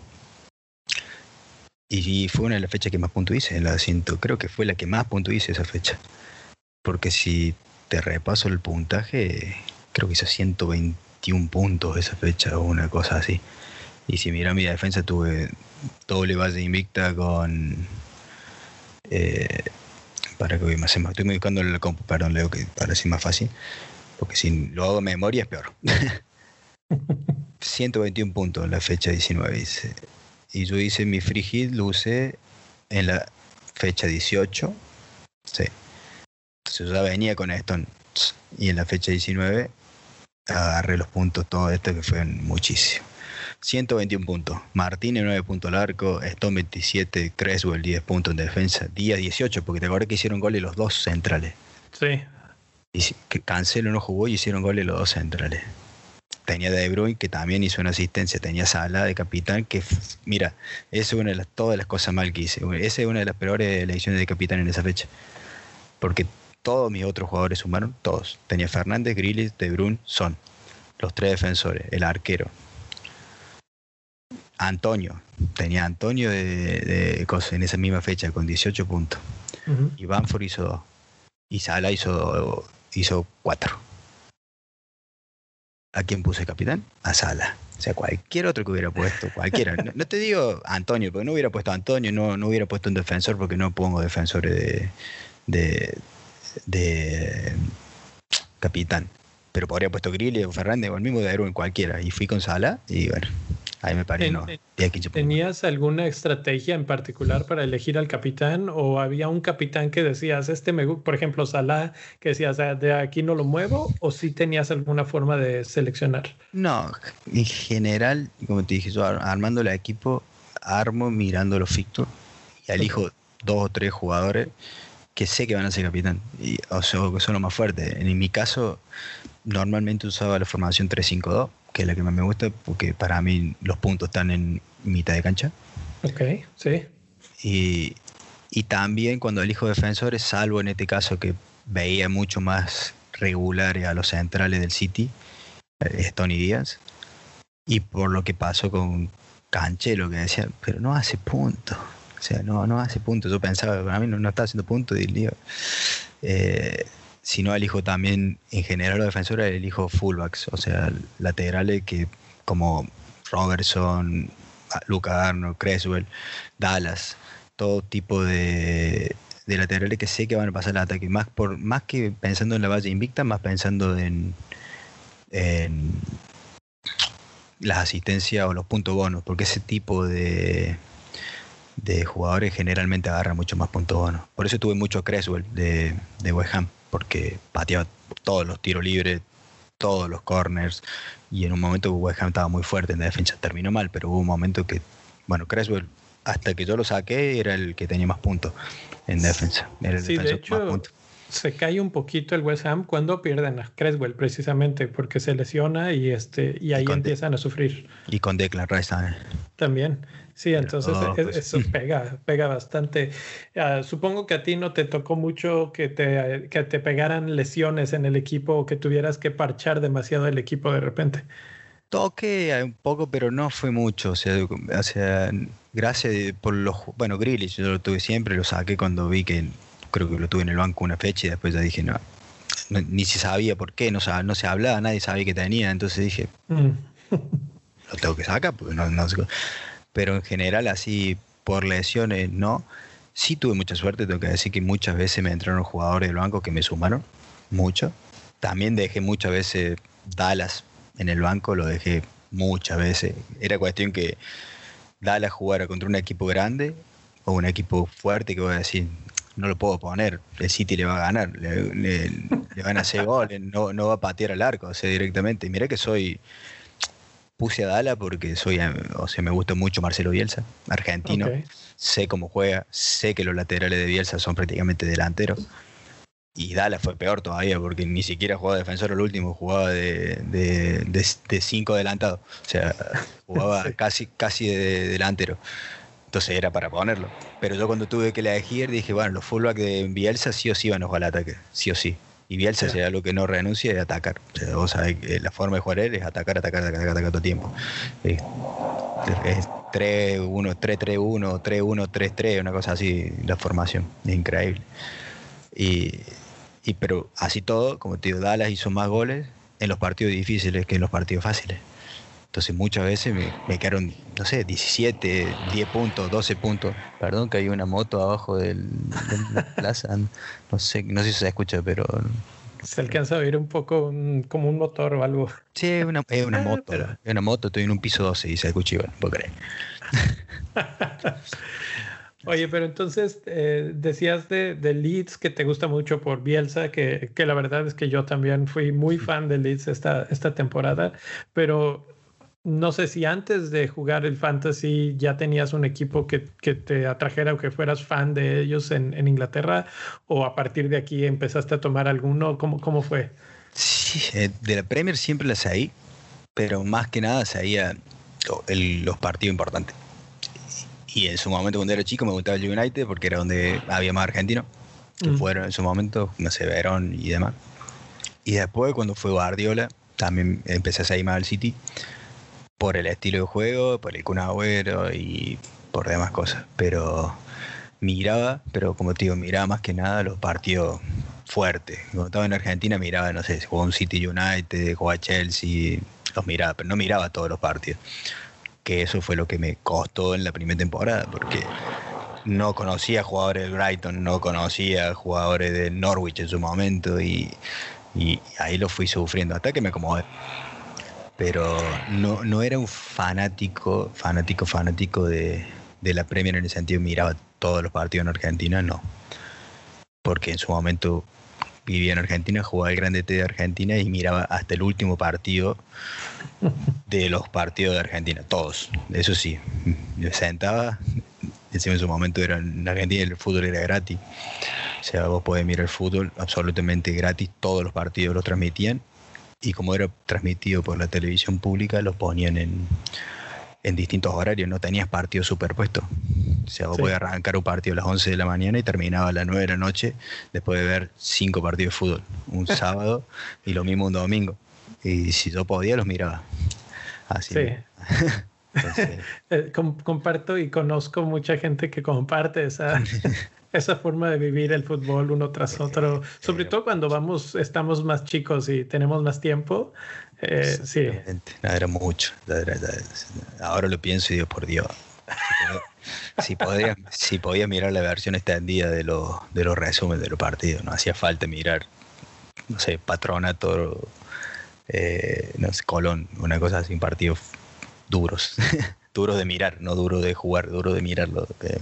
Y fue una de las fechas que más puntos hice, la ciento, creo que fue la que más puntos hice esa fecha. Porque si te repaso el puntaje, creo que hizo ciento veintiún puntos esa fecha o una cosa así. Y si mira mi defensa, tuve doble base invicta con... Eh, para que me estoy ubicando en el compu, perdón, Leo, que para ser más fácil. Porque si lo hago de memoria es peor. ciento veintiún puntos en la fecha diecinueve hice. Y yo hice mi free hit, lo usé en la fecha dieciocho. Sí. Entonces yo ya venía con esto. Y en la fecha diecinueve agarré los puntos, todo esto que fue muchísimo. ciento veintiún puntos. Martínez nueve puntos al arco, Stone veintisiete, Creswell diez puntos en defensa. Díaz dieciocho, porque te acuerdas que hicieron goles los dos centrales. Sí. Y Cancelo no jugó y hicieron goles los dos centrales. Tenía De Bruyne, que también hizo una asistencia. Tenía Salah de capitán, que, mira, esa es una de las, todas las cosas mal que hice. Esa es una de las peores elecciones de capitán en esa fecha. Porque todos mis otros jugadores sumaron, todos. Tenía Fernández, Grealish, De Bruyne, Son. Los tres defensores, el arquero. Antonio. Tenía Antonio de, de, de en esa misma fecha, con dieciocho puntos. Uh-huh. Y Bamford hizo dos. Y Salah hizo, hizo cuatro. ¿A quién puse capitán? A Salah. O sea, cualquier otro que hubiera puesto, cualquiera. No, no te digo Antonio, porque no hubiera puesto a Antonio, no, no hubiera puesto un defensor, porque no pongo defensores de, de, de capitán. Pero podría haber puesto Grealish o Fernández o el mismo de Bruyne, cualquiera. Y fui con Salah y bueno, ahí me paré, no. ¿Tenías alguna estrategia en particular para elegir al capitán? ¿O había un capitán que decías, este me gusta, por ejemplo, Salah, que decías, de aquí no lo muevo? ¿O sí tenías alguna forma de seleccionar? No, en general, como te dije, yo armando el equipo, armo mirando los fixtures y elijo okay. dos o tres jugadores que sé que van a ser capitán, y, o sea, que son los más fuertes. En mi caso, normalmente usaba la formación tres cinco dos, que es la que más me gusta, porque para mí los puntos están en mitad de cancha. Ok, sí. Y, y también cuando elijo defensores, salvo en este caso que veía mucho más regulares a los centrales del City, Stone y Díaz, y por lo que pasó con Cancelo, que decía, pero no hace puntos. O sea, no, no hace puntos. Yo pensaba, para mí no, no está haciendo puntos. Y digo, eh, si no, elijo también, en general, los defensores, elijo fullbacks, o sea, laterales que como Robertson, Luka Arnold, Creswell, Dallas, todo tipo de, de laterales que sé que van a pasar el ataque. Más, por, más que pensando en la valla invicta, más pensando en, en las asistencias o los puntos bonos, porque ese tipo de... de jugadores generalmente agarran mucho más puntos bonos. Por eso tuve mucho Creswell de, de West Ham, porque pateaba todos los tiros libres, todos los corners, y en un momento West Ham estaba muy fuerte en la defensa. Terminó mal, pero hubo un momento que, bueno, Creswell, hasta que yo lo saqué, era el que tenía más puntos en defensa. Era el sí, de hecho, más puntos. Se cae un poquito el West Ham cuando pierden a Creswell, precisamente porque se lesiona y este y ahí y empiezan de, a sufrir. Y con Declan Rice también. También, sí, entonces oh, es, pues. eso pega, pega bastante. Uh, supongo que a ti no te tocó mucho que te, que te pegaran lesiones en el equipo o que tuvieras que parchar demasiado el equipo de repente. Toqué un poco, pero no fue mucho. O sea, o sea gracias de- por los... Bueno, Grealish yo lo tuve siempre, lo saqué cuando vi que creo que lo tuve en el banco una fecha y después ya dije, no, no, ni se sabía por qué, no, sa- no se hablaba, nadie sabía que tenía, entonces dije, Mm. lo tengo que sacar, porque no, no sé. Pero en general así por lesiones no. Sí tuve mucha suerte, tengo que decir que muchas veces me entraron jugadores del banco que me sumaron, mucho. También dejé muchas veces Dallas en el banco, lo dejé muchas veces. Era cuestión que Dallas jugara contra un equipo grande o un equipo fuerte que voy a decir, no lo puedo poner, el City le va a ganar, le, le- le van a hacer goles, no, no va a patear al arco, o sea, directamente. Y mirá que soy, puse a Dala porque soy, eh, o sea, me gusta mucho Marcelo Bielsa, Ok. argentino. Sé cómo juega, sé que los laterales de Bielsa son prácticamente delanteros. Y Dala fue peor todavía porque ni siquiera jugaba de defensor al último, jugaba de, de, de, de cinco adelantado. O sea, jugaba Sí. casi, casi de delantero. Entonces era para ponerlo. Pero yo cuando tuve que elegir dije, bueno, los fullback de Bielsa sí o sí van a jugar al ataque, sí o sí. Y Bielsa Ya. será lo que no renuncia es atacar. O sea, vos sabés que la forma de jugar él es atacar, atacar, atacar, atacar, todo el tiempo. Es, es tres uno, tres tres uno, tres uno, tres tres, una cosa así, la formación. Es increíble. Y, y pero así todo, como te digo, Dallas hizo más goles en los partidos difíciles que en los partidos fáciles. Entonces muchas veces me, me quedaron, no sé, diecisiete, diez puntos, doce puntos. Perdón que hay una moto abajo del, de la plaza. No sé, no sé si se escucha, pero... Se alcanza a oír un poco un- como un motor o algo. Sí, es una, es una Ah, moto. pero Es una moto, estoy en un piso doce y se escucha igual, no puedo creer. Oye, pero entonces eh, decías de, de Leeds que te gusta mucho por Bielsa, que, que la verdad es que yo también fui muy fan de Leeds esta, esta temporada, pero no sé si antes de jugar el Fantasy ya tenías un equipo que, que te atrajera o que fueras fan de ellos en, en Inglaterra, o a partir de aquí empezaste a tomar alguno. ¿Cómo, cómo fue? Sí, eh, de la Premier siempre la seguí, pero más que nada seguía lo- el- los partidos importantes. Y en su momento cuando era chico me gustaba el United porque era donde había más argentinos que Mm, fueron en su momento, no sé, Verón y demás. Y después cuando fue Guardiola también empecé a seguir más al City por el estilo de juego, por el Kun Agüero y por demás cosas. Pero miraba, pero como te digo, miraba más que nada los partidos fuertes. Cuando estaba en Argentina miraba, no sé, si jugaba un City United, jugaba Chelsea, los miraba, pero no miraba todos los partidos. Que eso fue lo que me costó en la primera temporada, porque no conocía jugadores del Brighton, no conocía jugadores del Norwich en su momento y, y ahí lo fui sufriendo hasta que me acomodé. Pero no, no era un fanático, fanático, fanático de, de la Premier en el sentido miraba todos los partidos en Argentina, no. Porque en su momento vivía en Argentina, jugaba el Grande T de Argentina y miraba hasta el último partido de los partidos de Argentina, todos. Eso sí, me sentaba, encima en su momento era en Argentina el fútbol era gratis. O sea, vos podés mirar el fútbol absolutamente gratis, todos los partidos los transmitían y como era transmitido por la televisión pública, los ponían en, en distintos horarios, no tenías partidos superpuestos. O sea, vos sí. podías arrancar un partido a las once de la mañana y terminaba a las nueve de la noche después de ver cinco partidos de fútbol, un sábado y lo mismo un domingo. Y si yo podía, los miraba. Así. Sí. Entonces, Eh, com- comparto y conozco mucha gente que comparte esa, esa forma de vivir el fútbol uno tras otro, sobre era todo cuando vamos, estamos más chicos y tenemos más tiempo. Eh, sí, exactamente, no, era mucho. Era- era- ahora lo pienso y digo, por Dios, si podía, si podía mirar la versión extendida de los, de los resúmenes de los partidos, no hacía falta mirar, no sé, Patronato, eh, no sé, Colón, una cosa así, partidos duros. Duros de mirar, no duro de jugar, duro de mirarlo. eh.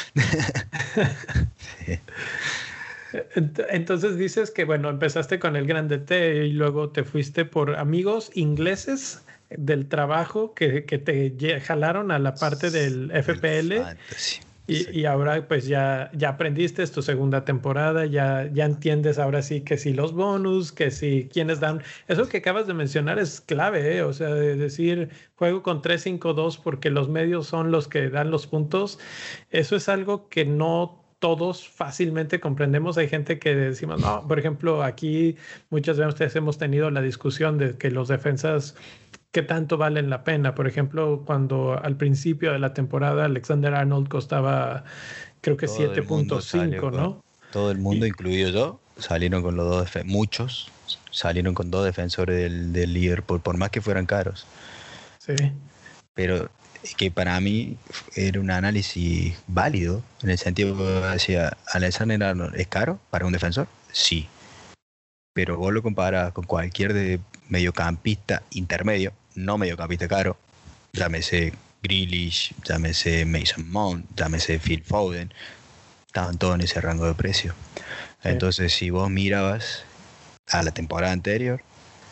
Sí. Ent- entonces dices que, bueno, empezaste con el Grande T y luego te fuiste por amigos ingleses del trabajo que, que te lle- jalaron a la parte del El F P L. fantasy. Y, y ahora pues ya, ya aprendiste, es tu segunda temporada, ya, ya entiendes ahora sí que si los bonus, que si quiénes dan. Eso que acabas de mencionar es clave, ¿eh? O sea, de decir juego con tres cinco dos porque los medios son los que dan los puntos. Eso es algo que no todos fácilmente comprendemos. Hay gente que decimos, no, por ejemplo, aquí muchas veces hemos tenido la discusión de que los defensas qué tanto valen la pena. Por ejemplo, cuando al principio de la temporada Alexander Arnold costaba creo que Todo siete el punto mundo salió cinco, con, ¿no? todo el mundo, Y incluido yo, salieron con los dos, defen- muchos salieron con dos defensores del, del Liverpool, por más que fueran caros. sí, Pero que para mí era un análisis válido, en el sentido que decía, Alexander Arnold, ¿es caro para un defensor? Sí. Pero vos lo comparas con cualquier de mediocampista intermedio, no mediocampista caro, llámese Grealish, llámese Mason Mount, llámese Phil Foden, estaban todos en ese rango de precio. sí, Entonces, si vos mirabas a la temporada anterior,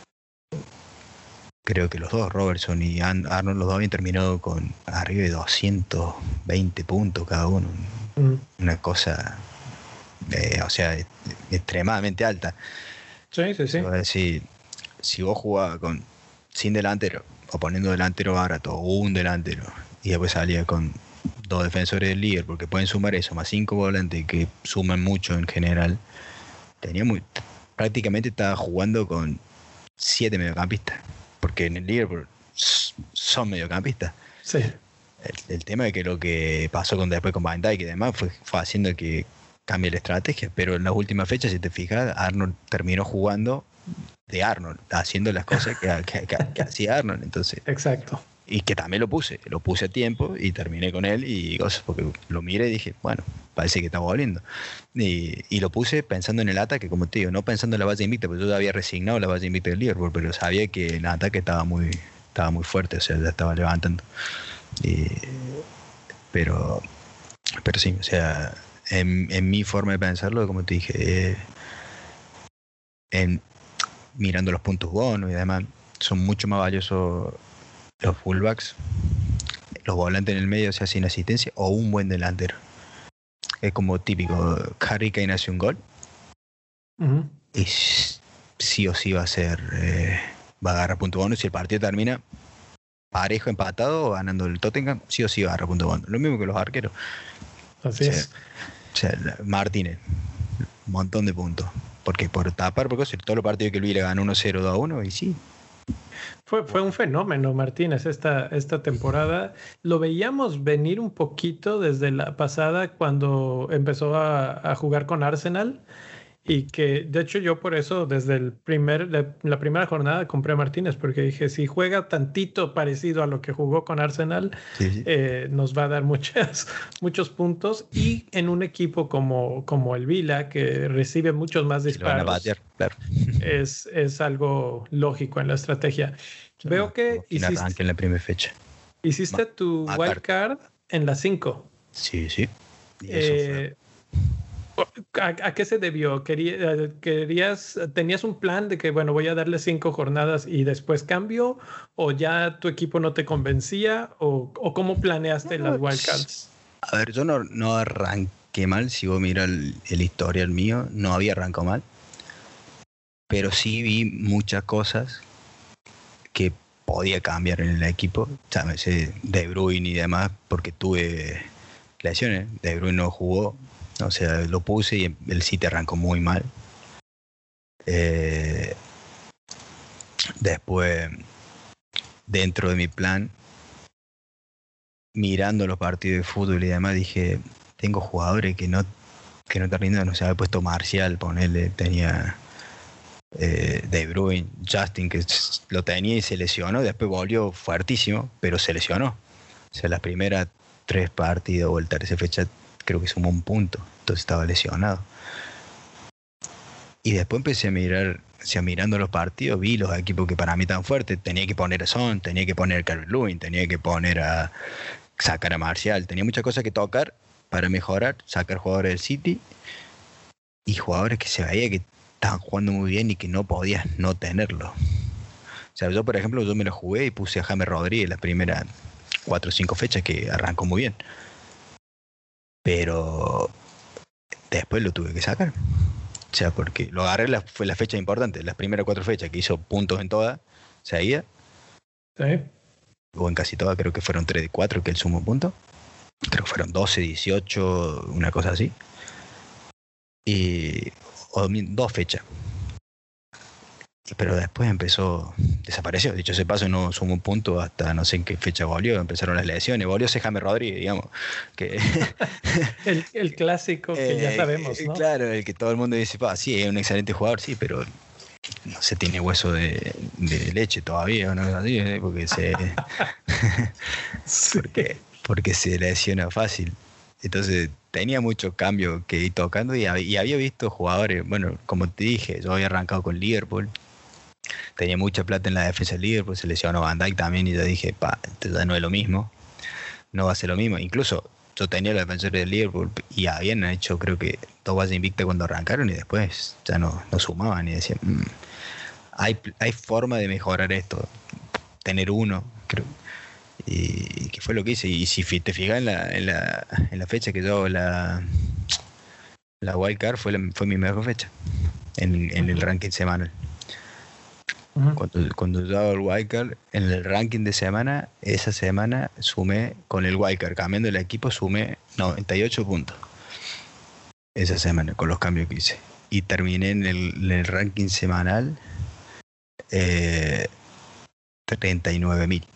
creo que los dos, Robertson y Arnold, los dos habían terminado con arriba de doscientos veinte puntos cada uno. mm, Una cosa, eh, o sea, extremadamente alta. sí, sí, sí, Se va a decir, si vos jugabas con, sin delantero, o poniendo delantero barato, o un delantero, y después salía con dos defensores del líder, porque pueden sumar eso, más cinco volantes que suman mucho en general, tenía muy, prácticamente estaba jugando con siete mediocampistas, porque en el Liverpool son mediocampistas. sí, El, el tema es que lo que pasó con después con Van Dijk y demás fue, fue haciendo que cambie la estrategia, pero en las últimas fechas, si te fijas, Arnold terminó jugando de Arnold, haciendo las cosas que, que, que, que hacía Arnold, entonces, exacto. y que también lo puse, lo puse a tiempo y terminé con él y cosas, porque lo miré y dije, bueno, parece que está volviendo. Y, y lo puse pensando en el ataque, como te digo, no pensando en la valla invicta, porque yo había resignado la valla invicta del Liverpool, pero sabía que el ataque estaba muy, estaba muy fuerte, o sea, ya estaba levantando. Y, pero, pero sí, o sea, en, en mi forma de pensarlo, como te dije, eh, en, mirando los puntos bonos y demás, son mucho más valiosos los fullbacks, los volantes en el medio, o sea, sin asistencia, o un buen delantero. Es como típico, Harry Kane hace un gol Uh-huh. y sí o sí va a ser, eh, va a agarrar punto bonus. Si el partido termina parejo, empatado o ganando el Tottenham, sí o sí va a agarrar punto bonus. Lo mismo que los arqueros. Así o sea, es. O sea, Martínez, un montón de puntos. Porque por tapar, porque todos los partidos que Luis le ganó uno cero, dos a uno, y sí. Fue, fue un fenómeno, Martínez, esta, esta temporada. Lo veíamos venir un poquito desde la pasada cuando empezó a, a jugar con Arsenal. Y que, de hecho, yo por eso, desde el primer, la, la primera jornada compré a Martínez, porque dije, si juega tantito parecido a lo que jugó con Arsenal, Sí, sí. eh, nos va a dar muchas, muchos puntos. Y en un equipo como, como el Vila, que recibe muchos más Se lo van a disparos, batear, claro. es, es algo lógico en la estrategia. Yo Veo no, que quien hiciste, arranque en la primera fecha. hiciste Ma- tu wild Macar. card en la cinco. Sí, sí. Y eso fue. Eh, ¿A, a qué se debió? ¿Quería- ¿Querías, tenías un plan de que, bueno, voy a darle cinco jornadas y después cambio? ¿O ya tu equipo no te convencía? ¿O, o cómo planeaste las No, wildcards? a ver, yo no, no arranqué mal. Si vos miras el, el historial mío, no había arrancado mal. Pero sí vi muchas cosas que podía cambiar en el equipo. Llámese De Bruyne y demás, porque tuve lesiones. De Bruyne no jugó. O sea, lo puse y el City arrancó muy mal. Eh, después, dentro de mi plan, mirando los partidos de fútbol y demás, dije, tengo jugadores que no, que no te rinden. No se había puesto Marcial, ponerle, tenía eh, De Bruyne, Justin, que lo tenía y se lesionó. Después volvió fuertísimo, pero se lesionó. O sea, las primeras tres partidos o el tercer fecha creo que sumó un punto, entonces estaba lesionado. Y después empecé a mirar, o sea, mirando los partidos, vi los equipos que para mí tan fuertes, tenía que poner a Son, tenía que poner a Calvert-Lewin, tenía que poner a sacar a Marcial, tenía muchas cosas que tocar para mejorar, sacar jugadores del City y jugadores que se veía que estaban jugando muy bien y que no podías no tenerlo. O sea, yo por ejemplo, yo me lo jugué y puse a James Rodríguez las primeras cuatro o cinco fechas, que arrancó muy bien. Pero después lo tuve que sacar. O sea, porque lo agarré, la, fue la fecha importante, las primeras cuatro fechas, que hizo puntos en todas, seguía. Sí. O en casi todas, creo que fueron tres de cuatro que él sumó puntos. Creo que fueron doce, dieciocho, una cosa así. Y o, dos fechas. pero después empezó, desapareció. Dicho ese paso, no sumó un punto hasta no sé en qué fecha volvió. Empezaron las lesiones. Volvió ese James Rodríguez, digamos. Que el, el clásico que eh, ya sabemos, ¿no? Claro, el que todo el mundo dice, pa, sí, es un excelente jugador, sí, pero no se tiene hueso de, de leche todavía, ¿no? Así, ¿eh? Porque se. Sí. porque, porque se lesiona fácil. Entonces tenía muchos cambios que ir tocando y, hab- y había visto jugadores, bueno, como te dije, yo había arrancado con Liverpool, tenía mucha plata en la defensa de Liverpool, se lesionó Van Dijk también y yo dije, pa, esto ya no es lo mismo, no va a ser lo mismo. Incluso yo tenía los defensores de Liverpool y habían hecho creo que dos bases invictas cuando arrancaron y después ya no, no sumaban y decían, "Mm, hay, hay forma de mejorar esto, tener uno, creo. Y, y que fue lo que hice. Y si fi- te fijas en la, en la, en la fecha que yo hago la, la wild card, fue, la- fue mi mejor fecha en, en el Ujú. ranking semanal. Ujú. Cuando, cuando yo hago el wildcard, en el ranking de semana, esa semana sumé, con el wildcard, cambiando el equipo, sumé noventa y ocho puntos. Esa semana, con los cambios que hice. Y terminé en el, en el ranking semanal eh, treinta y nueve mil.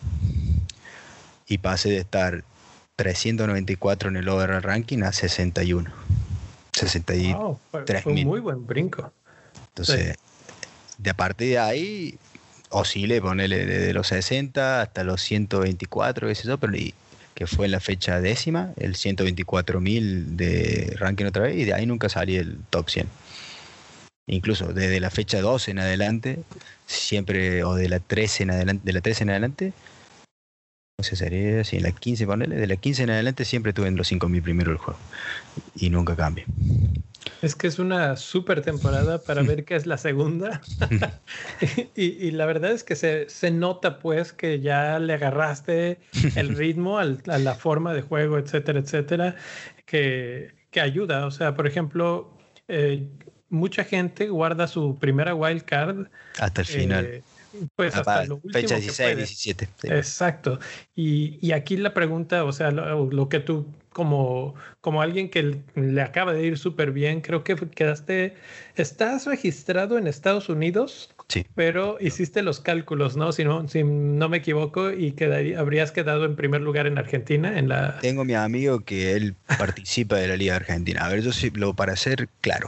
Y pasé de estar trescientos noventa y cuatro en el overall ranking a sesenta y uno. Wow, fue, sesenta y tres fue un mil. muy buen brinco. Entonces, de a partir de ahí, oscilé, ponele de, de los sesenta hasta los ciento veinticuatro, qué sé yo, pero y- que fue en la fecha décima, el ciento veinticuatro mil de ranking otra vez, y de ahí nunca salí del top cien. Incluso desde la fecha doce en adelante, siempre, o de la trece en adelante, de la trece en adelante, no sé, sería así, en la quince, ponele, de la quince en adelante siempre estuve en los cinco mil primero del juego, y nunca cambié. Es que es una súper temporada para ver qué es la segunda. y, y la verdad es que se, se nota pues que ya le agarraste el ritmo al- a la forma de juego, etcétera, etcétera, que, que ayuda. O sea, por ejemplo, eh, mucha gente guarda su primera wild card Hasta el final. eh, pues Ah, hasta pa, lo fecha último que dieciséis, puede. diecisiete. Sí. Exacto. Y, y aquí la pregunta, o sea, lo, lo que tú, como, como alguien que le acaba de ir súper bien, creo que quedaste, estás registrado en Estados Unidos, Sí. pero hiciste los cálculos, ¿no? Si no, si no me equivoco, y quedaría, habrías quedado en primer lugar en Argentina, en la... Tengo mi amigo que él participa de la Liga Argentina. A ver, yo sí, lo para ser claro.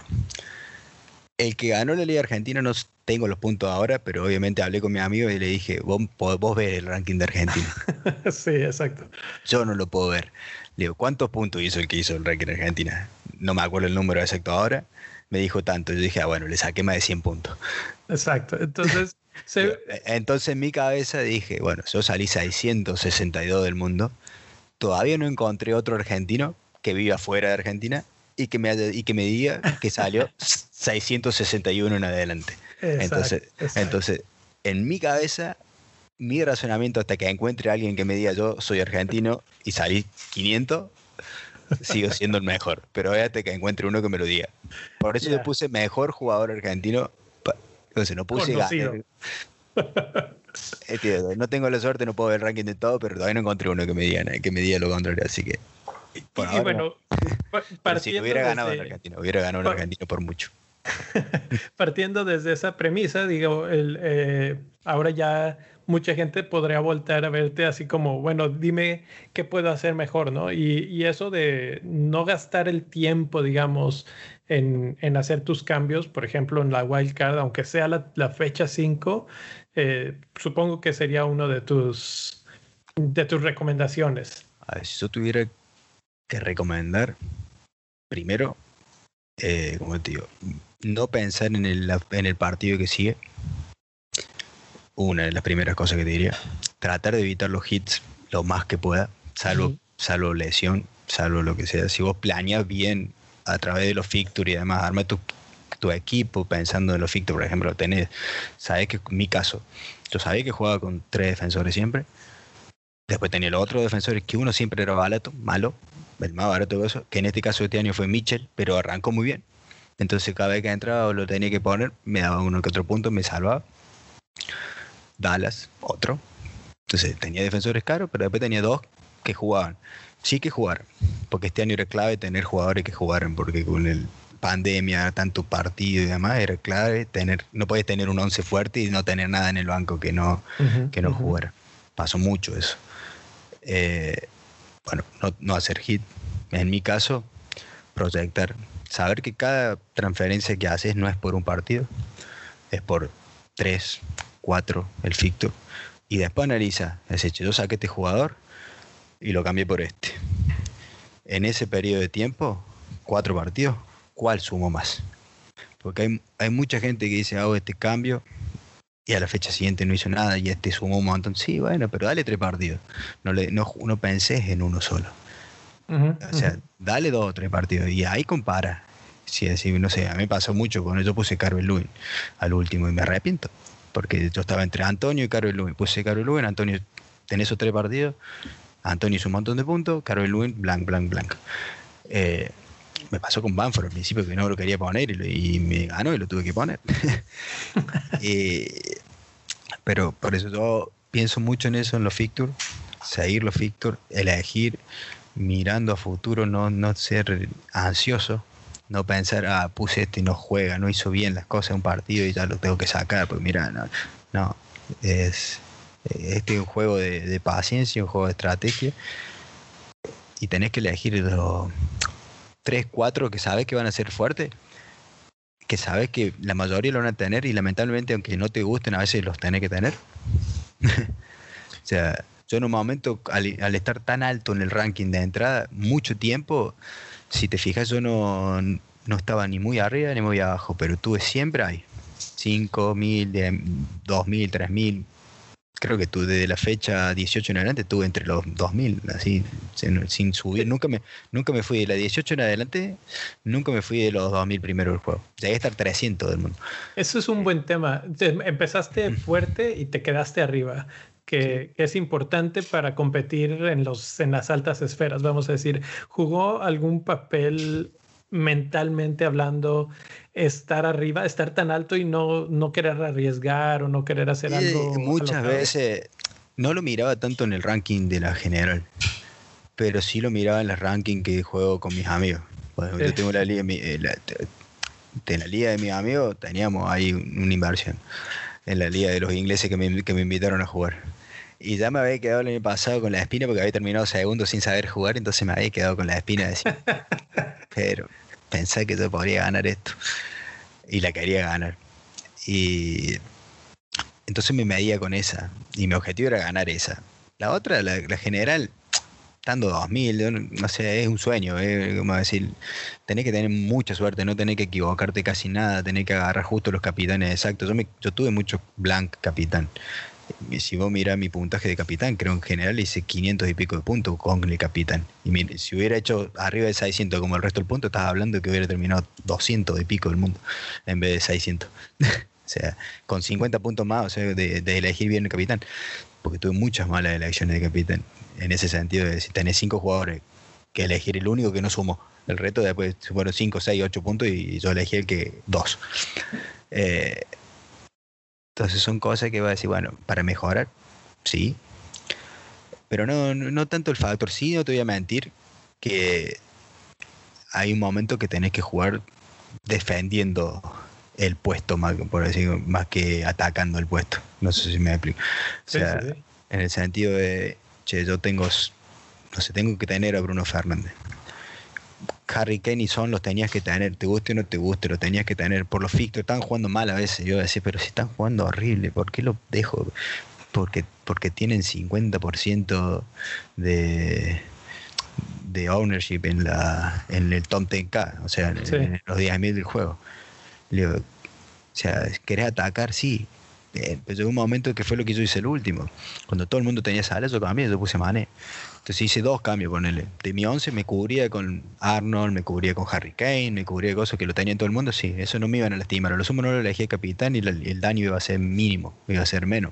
El que ganó la Liga Argentina no s- tengo los puntos ahora, pero obviamente hablé con mi amigo y le dije, vos, po- vos ves el ranking de Argentina. Sí, exacto. Yo no lo puedo ver. Le digo, ¿cuántos puntos hizo el que hizo el ranking de Argentina? No me acuerdo el número exacto ahora. Me dijo tanto. Yo dije, ah, bueno, le saqué más de cien puntos. Exacto. Entonces, Digo, se, e- entonces en mi cabeza dije, bueno, yo salí seiscientos sesenta y dos del mundo. Todavía no encontré otro argentino que viva fuera de Argentina y que me, haya- y que me diga que salió seiscientos sesenta y uno en adelante. exacto, Entonces, exacto. entonces, en mi cabeza, mi razonamiento hasta que encuentre a alguien que me diga yo soy argentino y salí quinientos, sigo siendo el mejor. Pero hasta que encuentre uno que me lo diga. Por eso yo Ya, puse mejor jugador argentino. pa- Entonces no puse conocido. gané. Eh, tío, no tengo la suerte, no puedo ver el ranking de todo, pero todavía no encontré uno que me diga, que me diga lo contrario. Así que por Y, y ahora no. bueno, pa- Pero si partiendo hubiera ganado en desde, Argentina, hubiera ganado en pa- Argentina por mucho. partiendo desde esa premisa, digo, el, eh, ahora ya mucha gente podría voltear a verte así como, bueno, dime qué puedo hacer mejor, ¿no? Y, y eso de no gastar el tiempo, digamos, en, en hacer tus cambios, por ejemplo, en la wildcard, aunque sea la, la fecha cinco, eh, supongo que sería uno de tus, de tus recomendaciones. A ver, si yo tuviera que recomendar, primero, eh, como te digo, no pensar en el, en el partido que sigue. Una de las primeras cosas que te diría. Tratar de evitar los hits lo más que pueda, salvo, Ujú. salvo lesión, salvo lo que sea. Si vos planeas bien a través de los fixtures y además arma tu, tu equipo pensando en los fixtures, por ejemplo, tenés, sabés que en mi caso, yo sabía que jugaba con tres defensores siempre. Después tenía los otros defensores que uno siempre era barato, malo, el más barato de eso, que en este caso este año fue Mitchell, pero arrancó muy bien. Entonces cada vez que entraba o lo tenía que poner, me daba uno que otro punto, me salvaba. Dallas, otro. Entonces tenía defensores caros, pero después tenía dos que jugaban. Sí que jugar, porque este año era clave tener jugadores que jugaran, porque con el, pandemia, tanto partido y demás, era clave tener, no puedes tener un once fuerte y no tener nada en el banco que no, uh-huh, que no uh-huh. jugara. Pasó mucho eso. Eh, bueno, no, no hacer hit. En mi caso, proyectar. Saber que cada transferencia que haces no es por un partido, es por tres, cuatro, el ficto. Y después analiza, es decir, yo saqué este jugador y lo cambié por este. En ese periodo de tiempo, cuatro partidos, ¿cuál sumo más? Porque hay, hay mucha gente que dice, hago este cambio y a la fecha siguiente no hizo nada y este sumó un montón. Sí, bueno, pero dale tres partidos. No, le, no, no pensés en uno solo. Uh-huh, o sea, uh-huh. dale dos o tres partidos y ahí compara. Si sí, no sé, a mí me pasó mucho cuando yo puse Calvert-Lewin al último y me arrepiento. Porque yo estaba entre Antonio y Calvert-Lewin. Puse Calvert-Lewin, Antonio, tenés esos tres partidos. Antonio hizo un montón de puntos, Calvert-Lewin, blank, blank, blank. Eh, me pasó con Bamford al principio que no lo quería poner y, lo, y me ganó y lo tuve que poner. eh, pero por eso yo pienso mucho en eso, en los fixtures, seguir los fixtures, elegir, mirando a futuro, no, no ser ansioso, no pensar, ah, puse este y no juega, no hizo bien las cosas en un partido y ya lo tengo que sacar, porque mira, no, no es... Este es un juego de, de paciencia, un juego de estrategia y tenés que elegir los tres, cuatro que sabes que van a ser fuertes, que sabes que la mayoría lo van a tener y lamentablemente aunque no te gusten a veces los tenés que tener. O sea, yo en un momento al, al estar tan alto en el ranking de entrada mucho tiempo, si te fijas yo no, no estaba ni muy arriba ni muy abajo, pero tuve siempre ahí cinco mil, dos mil, tres mil. Creo que tú desde la fecha dieciocho en adelante estuve entre los dos mil, así, sin, sin subir. Nunca me, nunca me fui de la dieciocho en adelante, nunca me fui de los dos mil primero del juego. Llegué a estar trescientos del mundo. Eso es un buen tema. Empezaste fuerte y te quedaste arriba, que, sí. que es importante para competir en, los, en las altas esferas, vamos a decir. ¿Jugó algún papel mentalmente hablando estar arriba, estar tan alto y no, no querer arriesgar o no querer hacer y algo? Muchas veces no lo miraba tanto en el ranking de la general, pero sí lo miraba en el ranking que juego con mis amigos. Bueno, sí. Yo tengo la liga, la, de la liga de mis amigos teníamos ahí una inversión en la liga de los ingleses que me, que me invitaron a jugar. Y ya me había quedado el año pasado con la espina porque había terminado segundo sin saber jugar, entonces me había quedado con la espina de decir, pero pensé que yo podría ganar esto. Y la quería ganar. Y entonces me medía con esa. Y mi objetivo era ganar esa. La otra, la, la general, estando dos mil, no sé, es un sueño. ¿eh? Como decir, tenés que tener mucha suerte, no tenés que equivocarte casi nada, tenés que agarrar justo los capitanes exactos. Yo, me, yo tuve mucho blank capitán. Si vos mirás mi puntaje de capitán, creo en general hice quinientos y pico de puntos con el capitán. Y mire, si hubiera hecho arriba de seiscientos como el resto del punto, estás hablando de que hubiera terminado doscientos y pico del mundo en vez de seiscientos. O sea, con cincuenta puntos más, o sea, de, de elegir bien el capitán. Porque tuve muchas malas elecciones de capitán. En ese sentido, de si tenés cinco jugadores, que elegir el único que no sumó. El resto después fueron cinco, seis, ocho puntos y yo elegí el que dos. Eh... Entonces son cosas que va a decir, bueno, para mejorar, sí. Pero no, no, no tanto el factor, sí, no te voy a mentir, que hay un momento que tenés que jugar defendiendo el puesto, más, por decir, más que atacando el puesto. No sé si me explico. O sea, sí, sí. En el sentido de, che, yo tengo, no sé, tengo que tener a Bruno Fernández. Harry Kane y Son los tenías que tener, te guste o no te guste, los tenías que tener por los fixtures. Estaban jugando mal a veces, yo decía, pero si están jugando horrible, ¿por qué los dejo? Porque, porque tienen cincuenta por ciento de, de ownership en la en el top diez K, o sea, en, sí. en los diez mil del juego. Le digo, o sea, ¿querés atacar? Sí. Eh, pero llegó un momento que fue lo que yo hice el último. Cuando todo el mundo tenía Salah, yo cambié, yo puse Mané. Entonces hice dos cambios, ponele. De mi once me cubría con Arnold, me cubría con Harry Kane, me cubría de cosas que lo tenían todo el mundo. Sí, eso no me iban a lastimar. A lo sumo no lo elegí capitán y el daño iba a ser mínimo, iba a ser menos.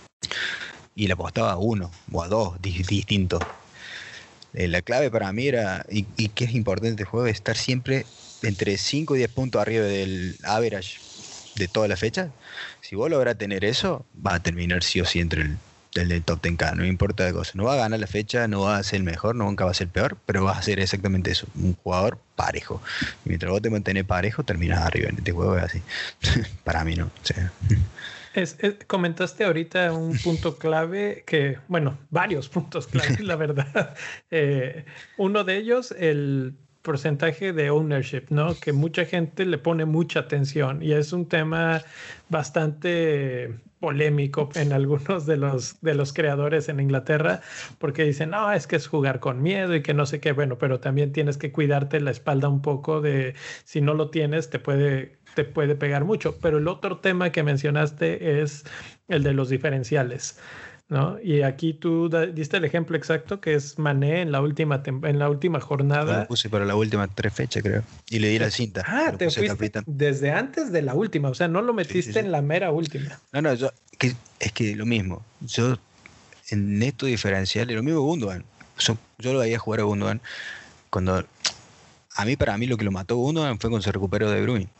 Y le apostaba a uno o a dos distintos. Eh, la clave para mí era, y, y que es importante el juego, es estar siempre entre cinco y diez puntos arriba del average de toda la fecha. Si vos lográs tener eso, vas a terminar sí o sí entre el el del top diez K, no importa de cosas. No va a ganar la fecha, no va a ser el mejor, nunca va a ser el peor, pero va a ser exactamente eso, un jugador parejo. Y mientras vos te mantenés parejo, terminas arriba en este juego, es así. Para mí no. O sea. Es, es, comentaste ahorita un punto clave que, bueno, varios puntos clave, la verdad. Eh, uno de ellos, el porcentaje de ownership, ¿no? Que mucha gente le pone mucha atención y es un tema bastante polémico en algunos de los, de los creadores en Inglaterra, porque dicen, no, es que es jugar con miedo y que no sé qué, bueno, pero también tienes que cuidarte la espalda un poco de, si no lo tienes, te puede, te puede pegar mucho. Pero el otro tema que mencionaste es el de los diferenciales, ¿no? Y aquí tú da, diste el ejemplo exacto que es Mané en la última en la última jornada. Yo lo puse para la última tres fechas, creo. Y le di la cinta. Ah, te fuiste capitán. Desde antes de la última, o sea, no lo metiste sí, sí, sí. en la mera última. No, no, yo, que, es que lo mismo. Yo, en neto diferencial, lo mismo Gundogan. Yo, yo lo veía jugar a Gundogan cuando... A mí, para mí, lo que lo mató Gundogan fue cuando se recuperó de Bruyne.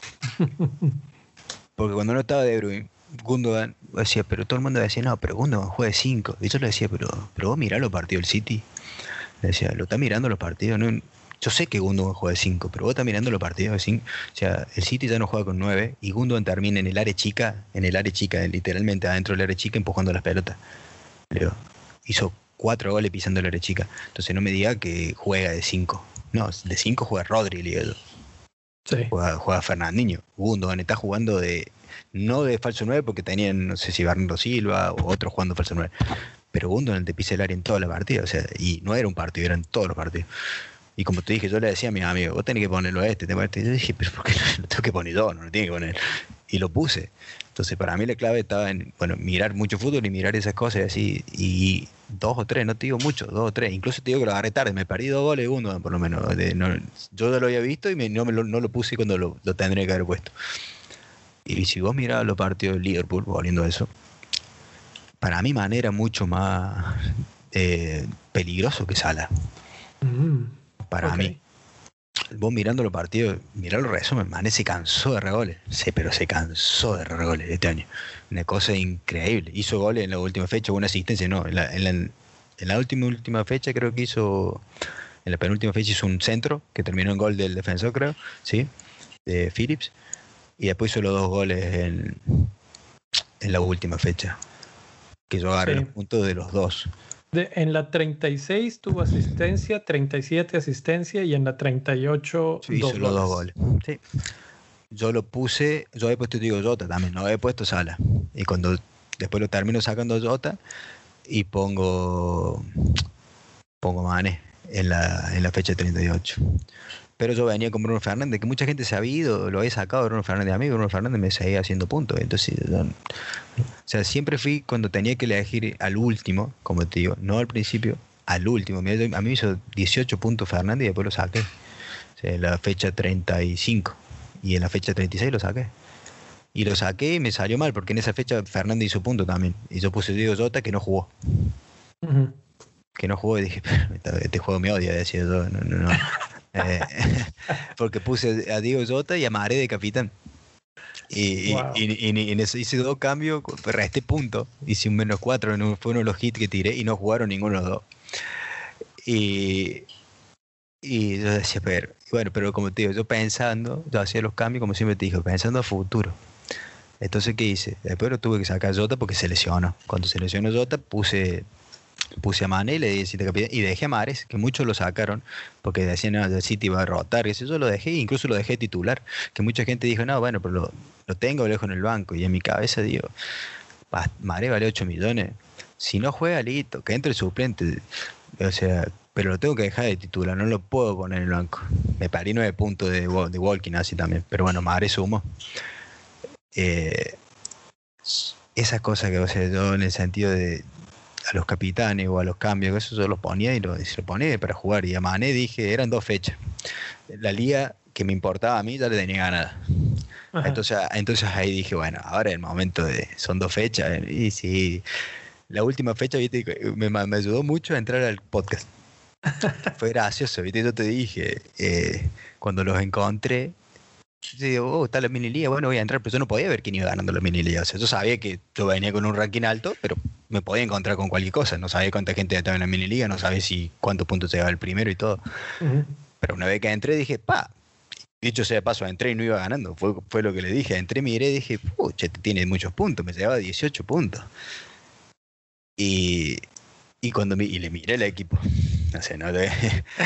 Porque cuando no estaba de Bruyne, Gundogan decía, pero todo el mundo decía, no, pero Gundogan juega de cinco. Y yo le decía, pero, pero vos mirá los partidos del City. Le decía, lo está mirando los partidos. No, yo sé que Gundogan juega de cinco, pero vos estás mirando los partidos de cinco. O sea, el City ya no juega con nueve y Gundogan termina en el área chica, en el área chica, literalmente adentro del área chica, empujando las pelotas. Leo, hizo cuatro goles pisando el área chica. Entonces no me diga que juega de cinco. No, de cinco juega Rodri, le digo yo. Sí. Juega, juega Fernandinho. Gundogan está jugando de... No de falso nueve porque tenían, no sé si Bernardo Silva o otros jugando falso nueve. Pero Gundogan te pisa el área en toda la partida. O sea, y no era un partido, eran todos los partidos. Y como te dije, yo le decía a mis amigos, vos tenés que ponerlo a este, te este. Y yo dije, pero ¿por qué lo tengo que poner yo? No lo tiene que poner. Y lo puse. Entonces, para mí la clave estaba en, bueno, mirar mucho fútbol y mirar esas cosas así. Y dos o tres, no te digo mucho, dos o tres. Incluso te digo que lo agarré tarde, me perdí dos goles de Gundogan, por lo menos. De, no, yo ya lo había visto y me, no, me lo, no lo puse cuando lo, lo tendría que haber puesto. Y si vos mirabas los partidos de Liverpool, volviendo a eso, para mí Mané era mucho más eh, peligroso que Salah. Mm, para okay. mí. Vos mirando los partidos, mirá los resúmenes, Mané se cansó de errar goles. Sí, pero se cansó de errar goles este año. Una cosa increíble. Hizo goles en la última fecha, una asistencia, no. En la, en la, en la última, última fecha creo que hizo, en la penúltima fecha hizo un centro, que terminó en gol del defensor, creo, ¿sí? De Phillips. Y después hizo los dos goles en, en la última fecha. Que yo agarré sí. los puntos de los dos. De, en la treinta y seis tuvo asistencia, treinta y siete asistencia y en la treinta y ocho sí, dos hizo goles. Los dos goles. Sí. Yo lo puse, yo había puesto, digo, Jota también, no había puesto Salah. Y cuando después lo termino sacando Jota y pongo pongo Mané en la, en la fecha treinta y ocho. Pero yo venía con Bruno Fernández, que mucha gente se había ido, lo había sacado Bruno Fernández a mí, Bruno Fernández me seguía haciendo puntos. Entonces, yo, o sea, siempre fui cuando tenía que elegir al último, como te digo, no al principio, al último. A mí me hizo dieciocho puntos Fernández y después lo saqué. O sea, en la fecha treinta y cinco y en la fecha treinta y seis lo saqué. Y lo saqué y me salió mal, porque en esa fecha Fernández hizo punto también. Y yo puse Diego Jota que no jugó. Uh-huh. Que no jugó y dije, este juego me odia, decía yo, no, no, no. Eh, porque puse a Diego Jota y a Mahrez de capitán y, wow. y, y, y en eso hice dos cambios, resté punto, hice un menos cuatro, fue uno de los hits que tiré y no jugaron ninguno de los dos y, y yo decía, pero bueno, pero como te digo, yo pensando, yo hacía los cambios como siempre te dije, pensando a futuro. Entonces, ¿qué hice? Después lo tuve que sacar a Jota porque se lesionó. Cuando se lesionó Jota puse puse a Mané y le di siete capitán y dejé a Mahrez, que muchos lo sacaron porque decían, no, el City va a rotar, y eso yo lo dejé, incluso lo dejé titular, que mucha gente dijo, no, bueno, pero lo, lo tengo, lo dejo en el banco, y en mi cabeza digo, Mahrez vale ocho millones, si no juega, listo, que entre el suplente, o sea, pero lo tengo que dejar de titular, no lo puedo poner en el banco. Me parí nueve puntos de, de Walking así también, pero bueno, Mahrez sumó. Eh, esas cosas que, o sea, yo en el sentido de a los capitanes o a los cambios, eso yo los ponía y, lo, y se lo ponía para jugar. Y a Mané dije, eran dos fechas. La liga que me importaba a mí ya le tenía ganada. Entonces, entonces ahí dije, bueno, ahora es el momento de, son dos fechas. Y sí, la última fecha, viste, me, me ayudó mucho a entrar al podcast. Fue gracioso, viste, yo te dije, eh, cuando los encontré, yo digo, oh, está la mini liga, bueno, voy a entrar, pero yo no podía ver quién iba ganando la mini liga. O sea, yo sabía que yo venía con un ranking alto, pero me podía encontrar con cualquier cosa. No sabía cuánta gente estaba en la mini liga, no sabía si cuántos puntos llegaba el primero y todo. Uh-huh. Pero una vez que entré dije, pa, dicho sea de paso, entré y no iba ganando. Fue, fue lo que le dije. Entré, miré y dije, pucha, este tiene muchos puntos. Me llevaba dieciocho puntos. Y, y cuando me, y le miré el equipo. No sé, no le...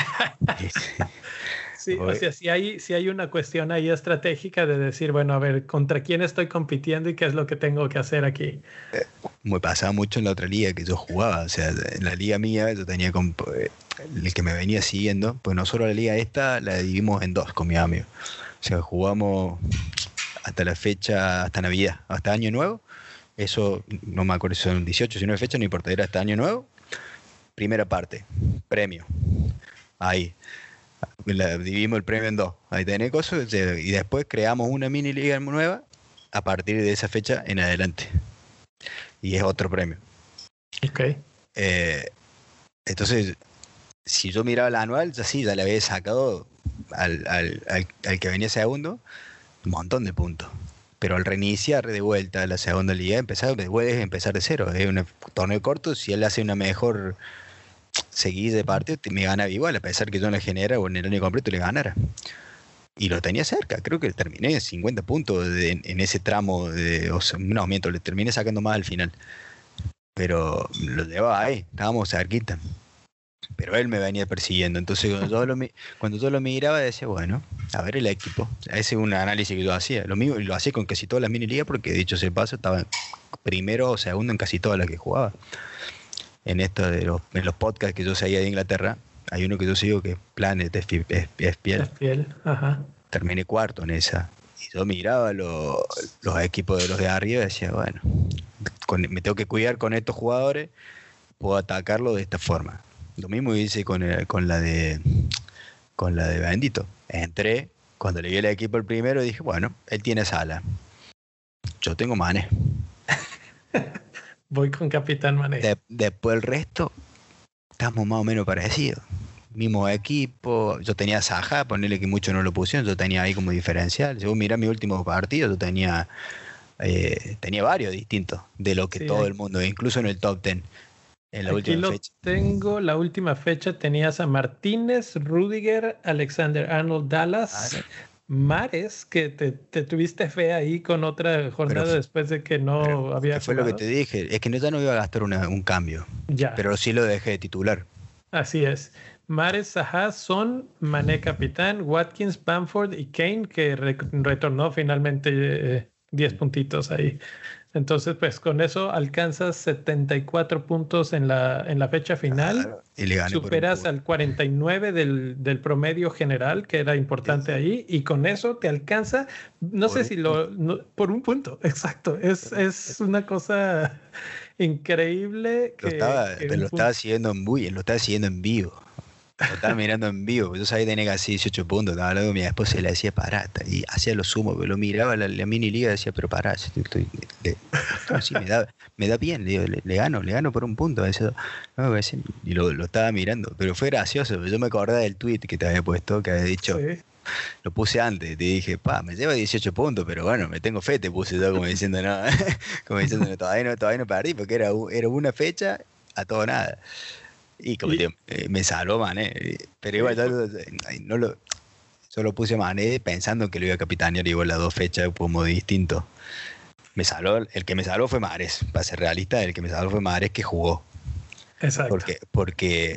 Sí, o sea, si hay, si hay una cuestión ahí estratégica de decir, bueno, a ver, ¿contra quién estoy compitiendo y qué es lo que tengo que hacer aquí? Eh, me pasaba mucho en la otra liga que yo jugaba. O sea, en la liga mía yo tenía con, eh, el que me venía siguiendo, pues nosotros la liga esta la dividimos en dos con mi amigo. O sea, jugamos hasta la fecha, hasta Navidad, hasta Año Nuevo. Eso, no me acuerdo si son dieciocho, diecinueve fechas, no importa, era hasta Año Nuevo. Primera parte, premio. Ahí. La, dividimos el premio en dos. Ahí tenés cosas. Y después creamos una mini liga nueva a partir de esa fecha en adelante. Y es otro premio. Ok. Eh, entonces, si yo miraba la anual, ya sí, ya le había sacado al, al, al, al que venía segundo un montón de puntos. Pero al reiniciar de vuelta la segunda liga, empezar de vuelta es empezar de cero. Es un torneo corto. Si él hace una mejor seguida de partido, me ganaba igual, a pesar que yo en la genera o en el año completo le ganara. Y lo tenía cerca. Creo que terminé cincuenta puntos de, en, en ese tramo. De, o sea, no, miento, le terminé sacando más al final. Pero lo llevaba ahí, estábamos cerquita. Pero él me venía persiguiendo. Entonces cuando yo lo, cuando yo lo miraba decía, bueno, a ver el equipo. Ese es un análisis que yo hacía. Lo mismo lo hacía con casi todas las mini ligas porque, dicho sea de paso, estaba primero o segundo en casi todas las que jugaba. En esto de los, en los podcasts que yo seguía de Inglaterra, hay uno que yo sigo que es Planet es Piel. Ajá. Terminé cuarto en esa. Y yo miraba lo, los equipos de los de arriba y decía, bueno, con, me tengo que cuidar con estos jugadores, puedo atacarlo de esta forma. Lo mismo hice con, el, con la de con la de Bendito. Entré, cuando le vi el equipo el primero, dije, bueno, él tiene Sala. Yo tengo Mané. Voy con Capitán Mané. De, después el resto, estamos más o menos parecidos. Mismo equipo. Yo tenía Saja, ponerle que muchos no lo pusieron, yo tenía ahí como diferencial. Si vos mirás mi último partido, yo tenía eh, tenía varios distintos de lo que sí, todo hay. El mundo, incluso en el top ten. En la Aquí última lo fecha. tengo, la última fecha tenías a Martínez, Rudiger, Alexander Arnold, Dallas, ah, Mares, que te, te tuviste fe ahí con otra jornada pero, después de que no pero, había fue jugado. Lo que te dije, es que no, ya no iba a gastar una, un cambio, ya. Pero sí lo dejé de titular. Así es. Mares, Saha, Son, Mané capitán, Watkins, Bamford y Kane, que re retornó finalmente eh, diez puntitos ahí. Entonces, pues con eso alcanzas setenta y cuatro puntos en la, en la fecha final. Claro, y le gané superas por un al cuarenta y nueve del, del promedio general, que era importante sí. ahí, y con eso te alcanza, no por sé si lo... No, por un punto, exacto. Es, es una cosa increíble. Que, lo estaba, que te lo estaba siguiendo en vivo, lo estaba siguiendo en vivo. Lo estaba mirando en vivo. Yo sabía que tenía casi dieciocho puntos. Estaba hablando con mi esposa y le decía, pará. Y hacía lo sumo. Pero lo miraba la, la mini liga y decía, pero pará. Estoy, estoy, le, estoy, sí, me, da, me da bien. Le, digo, le, le gano, le gano por un punto. Decía, no, y lo, lo estaba mirando. Pero fue gracioso. Yo me acordaba del tweet que te había puesto, que había dicho. Sí. Lo puse antes. Te dije, pa, me lleva dieciocho puntos. Pero bueno, me tengo fe. Te puse yo como diciendo, no. Como diciendo, no, todavía, no, todavía no perdí. Porque era, era una fecha a todo nada. Y como ¿Y? Te, eh, me salvó Mané, pero igual yo, no lo, yo lo puse a Mané pensando que lo iba a capitanear igual las dos fechas como distinto. Me salvó, el que me salvó fue Mahrez, para ser realista, el que me salvó fue Mahrez que jugó. Exacto. Porque, porque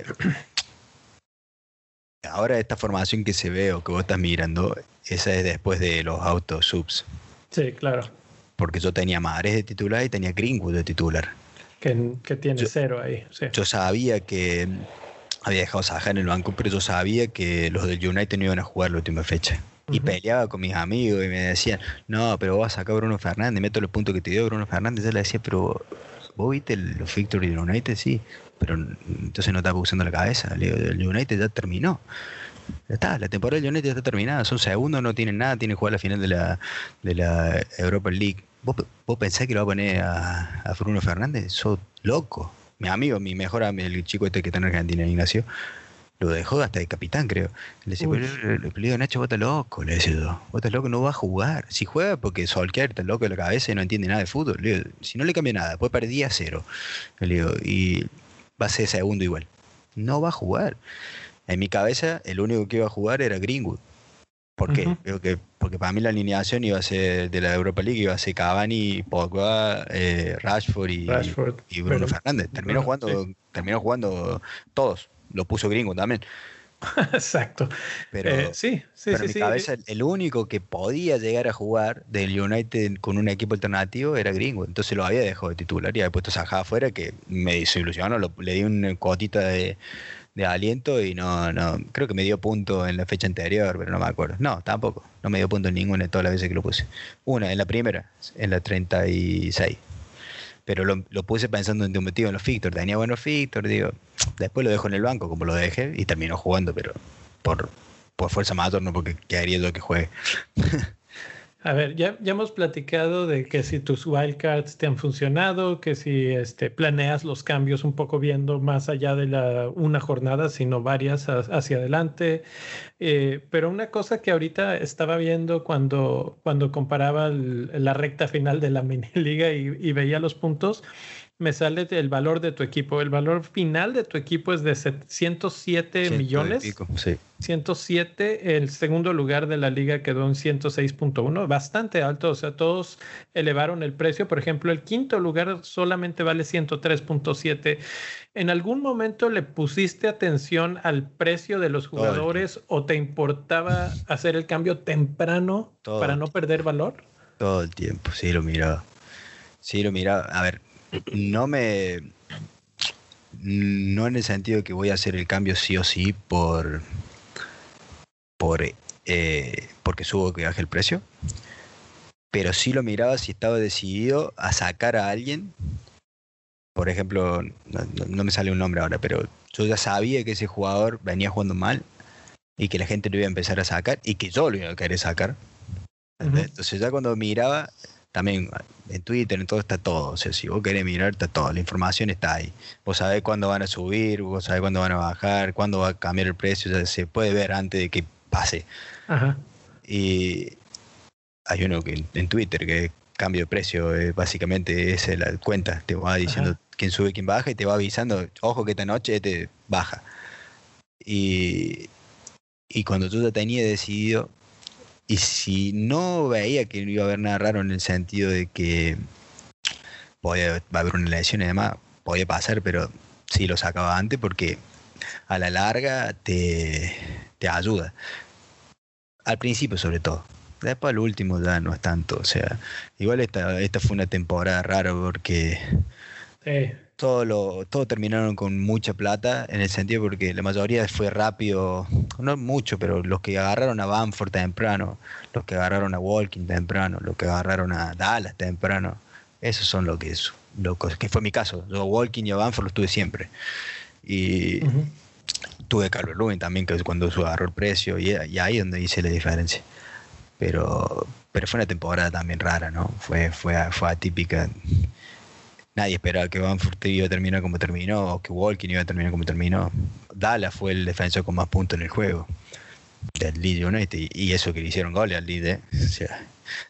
ahora esta formación que se ve o que vos estás mirando, esa es después de los autos subs. Sí, claro. Porque yo tenía Mahrez de titular y tenía Greenwood de titular. Que, que tiene yo, cero ahí. Sí. Yo sabía que había dejado Saha en el banco, pero yo sabía que los del United no iban a jugar la última fecha. Uh-huh. Y peleaba con mis amigos y me decían, no, pero vas a sacar a Bruno Fernández, meto los puntos que te dio Bruno Fernández. Yo le decía, pero ¿vos viste los victory del United? Sí, pero entonces no estaba usando la cabeza. Le digo, el United ya terminó. Ya está, la temporada del United ya está terminada. Son segundos, no tienen nada, tienen que jugar la final de la, de la Europa League. ¿Vos, ¿Vos pensás que lo va a poner a, a Bruno Fernández? Sos loco. Mi amigo, mi mejor amigo, el chico este que está en Argentina, Ignacio, lo dejó hasta de capitán, creo. Le decía, Uy. pero, le, le digo, Nacho, vos estás loco, le decía yo. Vos estás loco, no va a jugar. Si juega porque Solskjaer está loco de la cabeza y no entiende nada de fútbol. Le digo, si no le cambia nada, después perdía a cero. Le digo, y va a ser segundo igual. No va a jugar. En mi cabeza, el único que iba a jugar era Greenwood. ¿Por qué? Ujú. Creo que, porque para mí la alineación iba a ser de la Europa League, iba a ser Cavani, Pogba, eh, Rashford y, Rashford, y Bruno pero Fernández. Terminó Bruno, jugando, sí. terminó jugando todos. Lo puso Greenwood también. Exacto. Eh, Pero, sí, sí, pero en sí, mi sí. cabeza el, el único que podía llegar a jugar del United con un equipo alternativo era Greenwood. Entonces lo había dejado de titular y había puesto a Zaha afuera, que me desilusionó. Lo- le di una cuotita de, de aliento y no, no, creo que me dio punto en la fecha anterior, pero no me acuerdo. No, tampoco. No me dio punto en ninguna de todas las veces que lo puse. Una, en la primera, en la treinta y seis. Pero lo, lo puse pensando en un motivo en los Victor. Tenía buenos Victor, digo. Después lo dejo en el banco como lo dejé y terminó jugando, pero por, por fuerza mayor, no porque quedaría yo que juegue. A ver, ya, ya hemos platicado de que si tus wildcards te han funcionado, que si este, planeas los cambios un poco viendo más allá de la, una jornada, sino varias ha- hacia adelante. Eh, pero una cosa que ahorita estaba viendo cuando, cuando comparaba el- la recta final de la mini liga y, y veía los puntos, me sale el valor de tu equipo. El valor final de tu equipo es de ciento siete Ciento y millones. pico, sí. ciento siete, el segundo lugar de la liga quedó en ciento seis punto uno, bastante alto, o sea, todos elevaron el precio. Por ejemplo, el quinto lugar solamente vale ciento tres punto siete. ¿En algún momento le pusiste atención al precio de los Todo el tiempo. jugadores o te importaba hacer el cambio temprano Todo para el no tiempo. perder valor? Todo el tiempo. Sí, lo miraba. Sí, lo miraba. A ver, no me. No en el sentido de que voy a hacer el cambio sí o sí por. por eh, porque subo que baje el precio. Pero sí lo miraba si estaba decidido a sacar a alguien. Por ejemplo, no, no- no me sale un nombre ahora, pero yo ya sabía que ese jugador venía jugando mal y que la gente lo iba a empezar a sacar y que yo lo iba a querer sacar. Ujú. Entonces ya cuando miraba, también en Twitter, en todo está todo. O sea, si vos querés mirar, está todo. La información está ahí. Vos sabés cuándo van a subir, vos sabés cuándo van a bajar, cuándo va a cambiar el precio, ya se puede ver antes de que pase. Ajá. Y hay uno que en Twitter que cambio de precio, eh, básicamente es la cuenta, te va diciendo Ajá. quién sube, quién baja y te va avisando, ojo que esta noche te baja. Y, y cuando yo ya tenía decidido, y si no veía que no iba a haber nada raro en el sentido de que podía, va a haber una lesión y demás, podía pasar, pero sí lo sacaba antes porque a la larga te, te ayuda. Al principio sobre todo. Después al último ya no es tanto. O sea, igual esta, esta fue una temporada rara porque Sí. todo lo, todo terminaron con mucha plata, en el sentido porque la mayoría fue rápido, no mucho, pero los que agarraron a Bamford temprano, los que agarraron a Walking temprano, los que agarraron a Dallas temprano, esos son lo que es, lo que fue mi caso. Yo a Walking y a Bamford los tuve siempre. Y Ujú. tuve a Calvert Lewin también, que es cuando su agarró el precio, y, y ahí es donde hice la diferencia. Pero, pero fue una temporada también rara, ¿no? Fue, fue, fue atípica. Nadie esperaba que Banford iba a terminar como terminó, o que Walking iba a terminar como terminó. Dallas fue el defensor con más puntos en el juego del Leeds United, y, y eso que le hicieron goles al Leeds, ¿eh? O sea,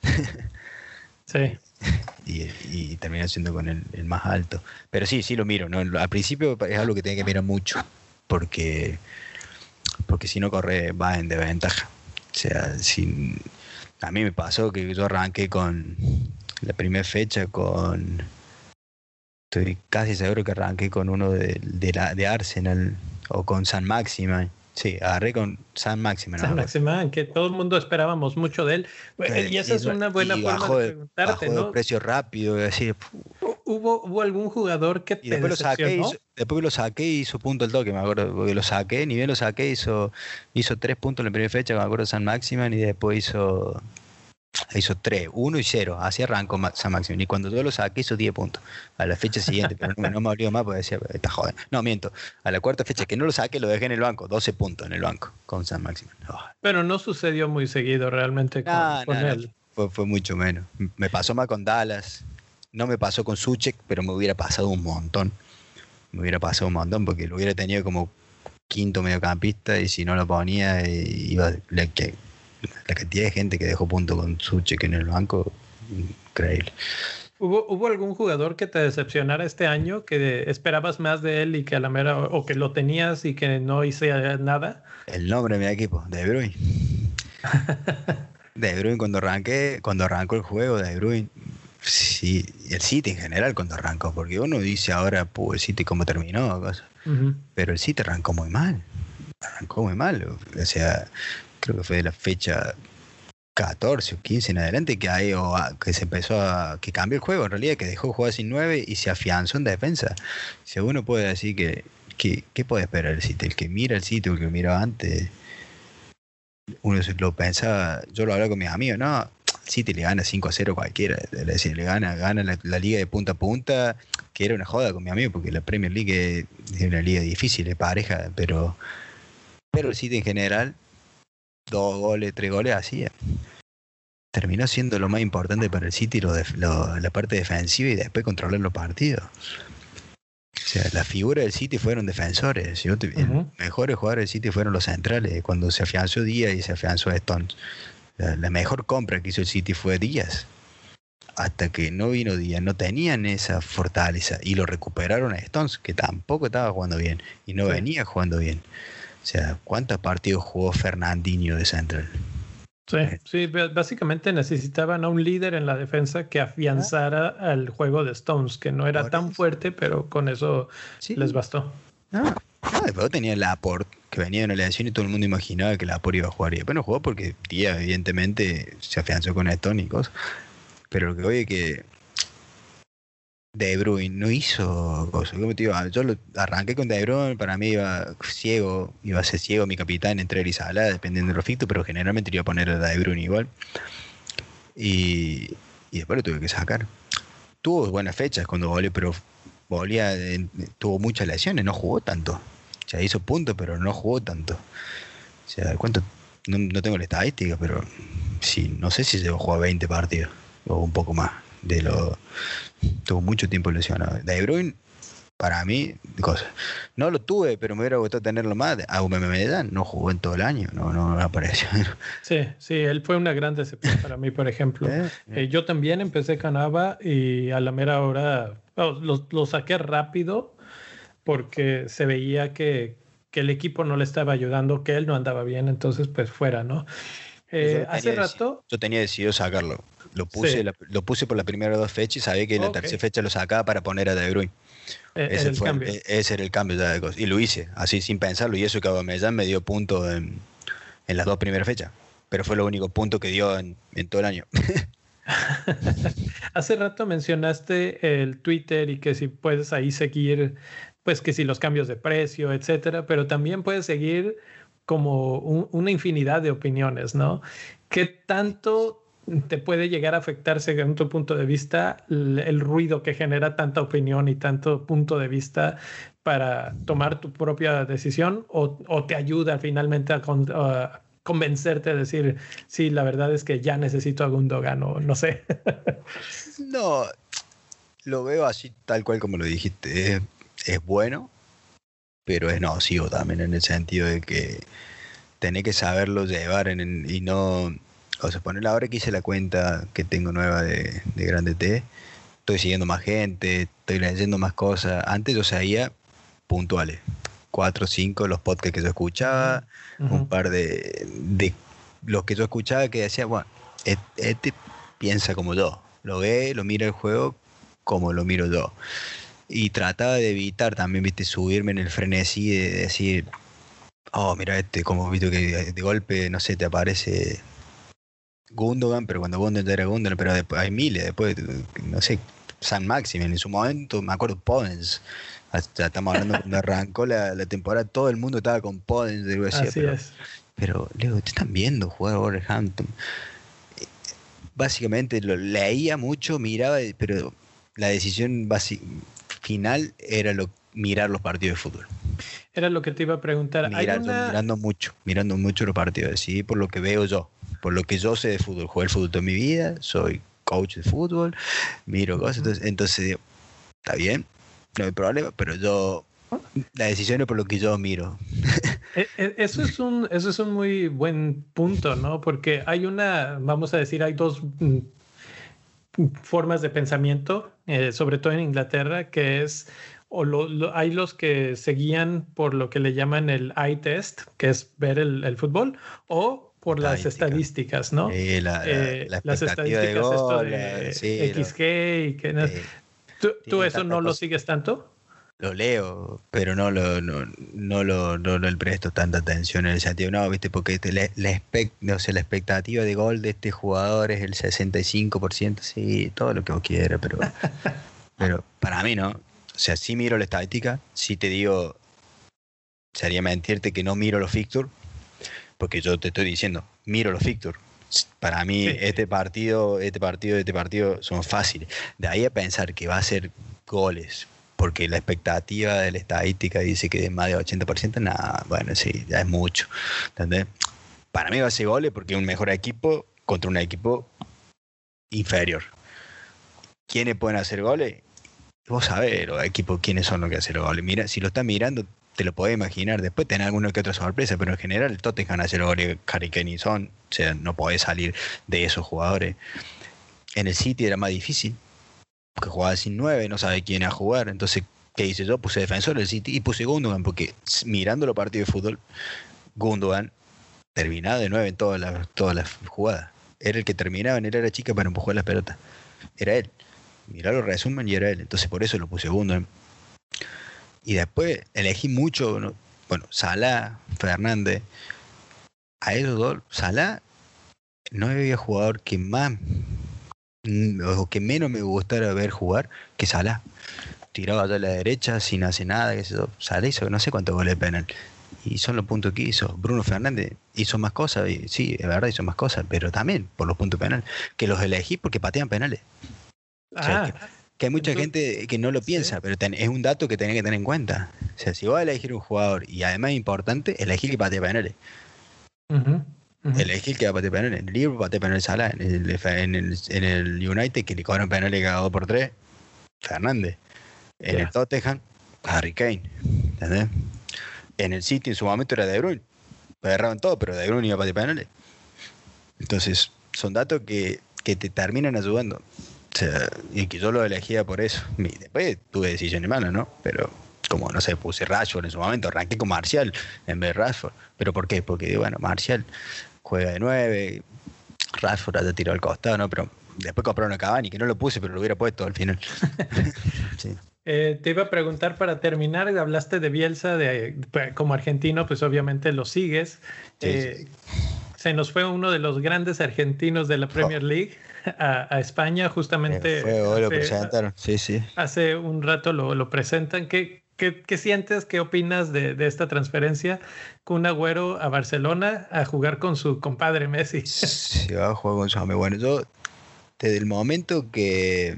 Sí. y, y terminó siendo con el, el más alto. Pero sí, sí lo miro, ¿no? Al principio es algo que tiene que mirar mucho, porque, porque si no corre va en desventaja. O sea, si, a mí me pasó que yo arranqué con la primera fecha con... Estoy casi seguro que arranqué con uno de, de, la, de Arsenal o con San Maximan. Sí, agarré con San Maximan. San No, Maximan, que todo el mundo esperábamos mucho de él. eh, Y esa es una y, buena y forma bajó, de de, preguntarte, bajó de ¿no? precio rápido. Y, así, ¿Hubo, hubo algún jugador que y te después lo saqué, hizo, decepcionó? después que lo saqué hizo punto el toque, me acuerdo. Porque lo saqué, ni bien lo saqué, hizo, hizo tres puntos en la primera fecha, me acuerdo, San Maximan, y después hizo... Hizo tres, uno y cero, así arrancó San Maximin. Y cuando yo lo saqué hizo diez puntos. A la fecha siguiente, pero no, no me abrió más porque decía, está joven. No, miento. A la cuarta fecha que no lo saqué, lo dejé en el banco. doce puntos en el banco con San Maximin. Oh. Pero no sucedió muy seguido realmente con, No, con no, no. él. Fue, fue mucho menos. Me pasó más con Dallas. No me pasó con Suchek, pero me hubiera pasado un montón. Me hubiera pasado un montón porque lo hubiera tenido como quinto mediocampista y si no lo ponía, eh, iba la, que, la cantidad de gente que dejó punto con Souček en el banco, increíble. ¿Hubo, ¿Hubo algún jugador que te decepcionara este año, que esperabas más de él y que a la mera, o que lo tenías y que no hice nada? El nombre de mi equipo, De Bruyne. De Bruyne cuando arranqué, cuando arrancó el juego, De Bruyne, sí, y el City en general cuando arrancó, porque uno dice ahora, pues el City cómo terminó, cosa. Uh-huh. Pero el City arrancó muy mal, arrancó muy mal, o sea, creo que fue de la fecha catorce o quince en adelante que ahí o a, que se empezó a que cambió el juego en realidad, que dejó jugar sin nueve y se afianzó en defensa. Si uno puede decir que, que ¿qué puede esperar el City? El que mira el City o el que miraba antes, uno lo pensaba, yo lo hablaba con mis amigos, no, el City le gana cinco a cero cualquiera, es decir, le gana, gana la, la liga de punta a punta, que era una joda con mi amigo porque la Premier League es una liga difícil, es pareja, pero pero el City en general dos goles, tres goles hacía. Terminó siendo lo más importante para el City lo de, lo, la parte defensiva y después controlar los partidos. O sea, la figura del City fueron defensores. ¿Sí? Uh-huh. Los mejores jugadores del City fueron los centrales. Cuando se afianzó Díaz y se afianzó Stones. La, la mejor compra que hizo el City fue Díaz. Hasta que no vino Díaz, no tenían esa fortaleza. Y lo recuperaron a Stones, que tampoco estaba jugando bien. Y no sí. venía jugando bien. O sea, ¿cuántos partidos jugó Fernandinho de central? Sí, sí, básicamente necesitaban a un líder en la defensa que afianzara ¿Ah? al juego de Stones, que no era Por tan eso. fuerte, pero con eso sí. les bastó. No, no, después tenía el Laporte, que venía de una lesión y todo el mundo imaginaba que el Laporte iba a jugar. Y después no jugó porque Díaz, evidentemente, se afianzó con Stones y cosas. Pero lo que voy es que De Bruyne no hizo cosas. Como te digo, yo lo arranqué con De Bruyne, para mí iba ciego, iba a ser ciego mi capitán entre él y Salah, dependiendo de los fictos, pero generalmente iba a poner a De Bruyne igual. Y, y después lo tuve que sacar. Tuvo buenas fechas cuando volvió, pero volvía, tuvo muchas lesiones, no jugó tanto. O sea, hizo puntos, pero no jugó tanto. O sea, ¿cuánto? No, no tengo la estadística, pero sí, no sé si llegó a jugar veinte partidos o un poco más. De lo tuvo mucho tiempo lesionado. De Bruyne, para mí, cosas. No lo tuve, pero me hubiera gustado tenerlo más. Aubameyang no jugó en todo el año, no, no, no apareció. Sí, sí, él fue una gran decepción para mí, por ejemplo. ¿Eh? Eh, yo también empecé con Aba y a la mera hora oh, lo, lo saqué rápido porque se veía que, que el equipo no le estaba ayudando, que él no andaba bien, entonces pues fuera, ¿no? Eh, hace rato... Yo tenía decidido sacarlo. Lo puse, sí. la, lo puse por las primeras dos fechas y sabía que en okay. la tercera fecha lo sacaba para poner a De Bruyne. Eh, ese, el fue, cambio. Eh, ese era el cambio ya de cosas. Y lo hice, así sin pensarlo. Y eso que Aubameyang me dio puntos en, en las dos primeras fechas. Pero fue lo único punto que dio en, en todo el año. Hace rato mencionaste el Twitter y que si puedes ahí seguir, pues que si los cambios de precio, etcétera. Pero también puedes seguir como un, una infinidad de opiniones, ¿no? ¿Qué tanto te puede llegar a afectar, según tu punto de vista, el, el ruido que genera tanta opinión y tanto punto de vista para tomar tu propia decisión o, o te ayuda finalmente a, con, a convencerte de decir, sí, la verdad es que ya necesito a Gundogan o no sé? No, lo veo así tal cual como lo dijiste. Es, es bueno, pero es nocivo también en el sentido de que tenés que saberlo llevar en, en, y no... O sea, ponerle ahora que hice la cuenta que tengo nueva de, de Grande T, estoy siguiendo más gente, estoy leyendo más cosas. Antes yo sabía puntuales, cuatro o cinco los podcasts que yo escuchaba, uh-huh. un par de, de los que yo escuchaba que decía, bueno, este piensa como yo, lo ve, lo mira el juego como lo miro yo. Y trataba de evitar también, viste, subirme en el frenesí de decir, oh, mira este, como viste que de golpe, no sé, te aparece Gundogan, pero cuando Gundogan era Gundogan, pero después hay miles, después, no sé, San Maximin, en su momento, me acuerdo, Podens, hasta estamos hablando cuando arrancó la, la temporada, todo el mundo estaba con Podens, digo, decía, así pero, es. Pero, Leo, te están viendo jugar a Wolverhampton. Básicamente lo leía mucho, miraba, pero la decisión básica, final era lo, mirar los partidos de fútbol. Era lo que te iba a preguntar. Mira, ¿Hay una... mirando mucho, mirando mucho los partidos, decidí por lo que veo yo, por lo que yo sé de fútbol. Jugué el fútbol toda mi vida, soy coach de fútbol, miro cosas, entonces, entonces está bien, no hay problema, pero yo La decisión es por lo que yo miro. Eso es un, eso es un muy buen punto, ¿no? Porque hay una, vamos a decir, hay dos mm, formas de pensamiento, eh, sobre todo en Inglaterra, que es, o lo, lo, hay los que se guían por lo que le llaman el eye test, que es ver el, el fútbol, o por las estadísticas, ¿no? Eh, la, eh, la, la las estadísticas, de gol, esto de la, sí, X G y que... eh, ¿Tú, sí, tú eso no lo cosa. sigues tanto? Lo leo, pero no lo no, no lo no, no le presto tanta atención en el sentido, no, viste, porque este, la, la, expect, no sé, la expectativa de gol de este jugador es el sesenta y cinco por ciento, sí, todo lo que vos quieras, pero, pero para mí no. O sea, sí miro la estadística, sí te digo, sería mentirte que no miro los fixtures, porque yo te estoy diciendo, miro los fixtures. Para mí, sí, este sí. partido, este partido, este partido son fáciles. De ahí a pensar que va a ser goles, porque la expectativa de la estadística dice que es más de ochenta por ciento, nada, bueno, sí, ya es mucho. ¿Entendés? Para mí va a ser goles porque es un mejor equipo contra un equipo inferior. ¿Quiénes pueden hacer goles? Vos sabés los equipos quiénes son los que hacen los goles. Mira, si lo estás mirando, te lo podés imaginar. Después tenés alguna que otra sorpresa, pero en general el Tottenham hace los goles, Harry Kane y Son. O sea, no podés salir de esos jugadores. En el City era más difícil, porque jugaba sin nueve, no sabe quién a jugar. Entonces, ¿qué hice yo? Puse defensor del City y puse Gundogan, porque mirando los partidos de fútbol, Gundogan terminaba de nueve en todas las, todas las jugadas. Era el que terminaba en el área chica para empujar las pelotas. Era él. Mirá los resumen y era él. Entonces por eso lo puse Gundogan. Y después elegí mucho, ¿no? Bueno, Salah, Fernández. A esos dos, Salah, no había jugador que más o que menos me gustara ver jugar que Salah. Tiraba allá a la derecha sin hacer nada, qué sé yo. Salah hizo no sé cuántos goles de penal. Y son los puntos que hizo. Bruno Fernández hizo más cosas, y sí, es verdad, hizo más cosas, pero también por los puntos penales. Que los elegí porque patean penales. O sea, ah, que, que hay mucha entonces, gente que no lo piensa, sí, pero ten, es un dato que tenés que tener en cuenta. O sea, si vas a elegir un jugador y además es importante, elegir que patea penales. Uh-huh, uh-huh. Elegir que va a patear penales. En el Liverpool patea penales Salah. En el, en, el, en el United, que le cobran penales cada dos por tres, Fernández. En yeah. el Tottenham, Harry Kane. ¿Entendés? En el City en su momento era De Bruyne. Agarraban todo, pero De Bruyne iba a patear penales. Entonces, son datos que, que te terminan ayudando. O sea, y que yo lo elegía por eso. Y después tuve decisiones malas, ¿no? Pero como, no sé, puse Rashford en su momento, arranqué con Martial en vez de Rashford. ¿Pero por qué? Porque, bueno, Martial juega de nueve, Rashford haya tirado al costado, ¿no? Pero después compraron a Cavani, que no lo puse, pero lo hubiera puesto al final. Sí. Eh, te iba a preguntar para terminar, hablaste de Bielsa, de, de, como argentino, pues obviamente lo sigues. Sí, eh, sí. Se nos fue uno de los grandes argentinos de la Premier League a, a España, justamente. Eh, fue, hoy hace, lo presentaron, sí, sí. Hace un rato lo, lo presentan. ¿Qué, qué, qué sientes, qué opinas de, de esta transferencia? Kun Agüero a Barcelona a jugar con su compadre Messi. Sí, va a jugar con su amigo. Bueno, yo, desde el momento que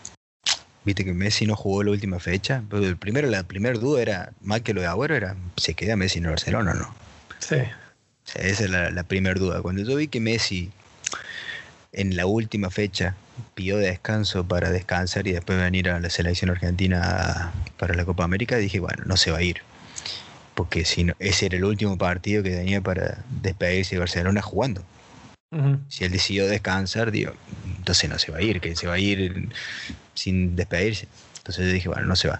viste que Messi no jugó la última fecha, pero el primero, la primera duda era, más que lo de Agüero, era, ¿se queda Messi en el Barcelona o no? Sí. O sea, esa es la, la primera duda. Cuando yo vi que Messi en la última fecha pidió descanso para descansar y después venir a la selección argentina para la Copa América, dije, bueno, no se va a ir. Porque si no, ese era el último partido que tenía para despedirse de Barcelona jugando. Uh-huh. Si él decidió descansar, digo, entonces no se va a ir, que se va a ir sin despedirse. Entonces yo dije, bueno, no se va.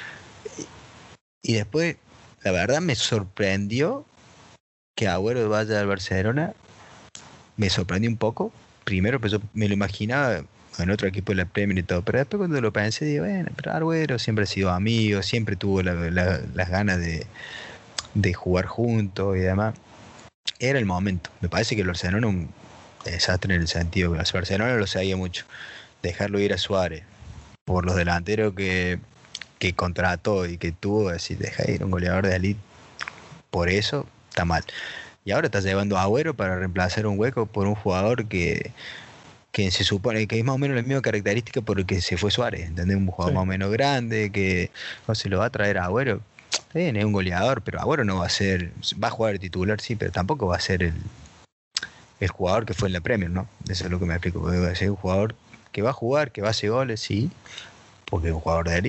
Y después, la verdad me sorprendió que Agüero vaya al Barcelona. Me sorprendió un poco. Primero pues yo me lo imaginaba en otro equipo de la Premier y todo, pero después cuando lo pensé digo, bueno, pero Agüero siempre ha sido amigo, siempre tuvo la, la, las ganas de, de jugar juntos y demás. Era el momento. Me parece que el Barcelona es un desastre en el sentido que el Barcelona lo sabía mucho. Dejarlo ir a Suárez por los delanteros que, que contrató y que tuvo, así, deja ir un goleador de elite. Por eso está mal. Y ahora está llevando a Agüero para reemplazar un hueco por un jugador que, que se supone que es más o menos la misma característica porque se fue Suárez, ¿entendés? Un jugador sí. más o menos grande que no se lo va a traer a Agüero. Bien, es un goleador, pero Agüero no va a ser, va a jugar el titular, sí, pero tampoco va a ser el, el jugador que fue en la Premier, ¿no? Eso es lo que me explico, va a ser un jugador que va a jugar, que va a hacer goles, sí, porque es un jugador de élite,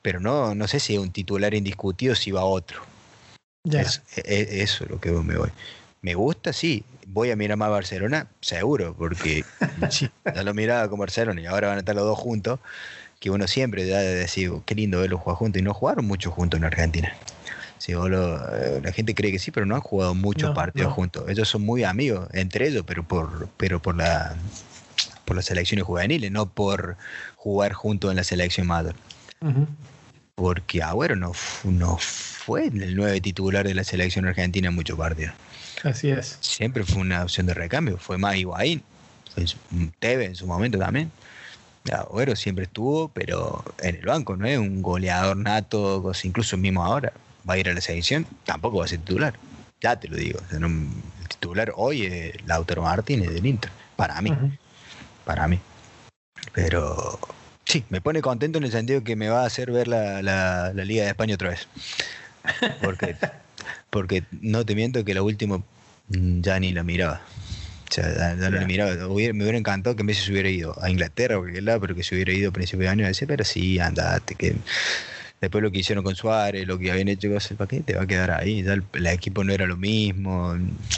pero no, no sé si es un titular indiscutido si va otro. Ya. Es, es- eso es lo que me voy. Me gusta, sí. Voy a mirar más Barcelona, seguro, porque sí, ya lo miraba con Barcelona y ahora van a estar los dos juntos, que uno siempre da de decir, qué lindo verlos jugar juntos, y no jugaron mucho juntos en Argentina. Sí, vos lo- eh, la gente cree que sí, pero no han jugado muchos No, partidos no. juntos. Ellos son muy amigos entre ellos, pero por, pero por la por las selecciones juveniles, no por jugar juntos en la selección mayor. Ujú. Porque Agüero no, fu- no fue el nueve titular de la selección argentina en muchos partidos. Así es. Siempre fue una opción de recambio. Fue más Higuaín, fue en su- Tevez en su momento también. Agüero siempre estuvo, pero en el banco, no es un goleador nato, cosa- incluso mismo ahora va a ir a la selección, tampoco va a ser titular. Ya te lo digo. O sea, no- el titular hoy es Lautaro Martínez del Inter, para mí, Ujú. para mí. Pero sí, me pone contento en el sentido que me va a hacer ver la, la- la Liga de España otra vez. Porque, porque no te miento que la última mm, ya ni la miraba. O sea, ya, ya no la Ya. miraba. Hubiera- me hubiera encantado que Messi se hubiera ido a Inglaterra o cualquier lado, pero que se hubiera ido a principios de año. Decía, pero sí, andate, que después lo que hicieron con Suárez, lo que habían hecho, cosas, ¿para qué te va a quedar ahí? Ya el, el equipo no era lo mismo.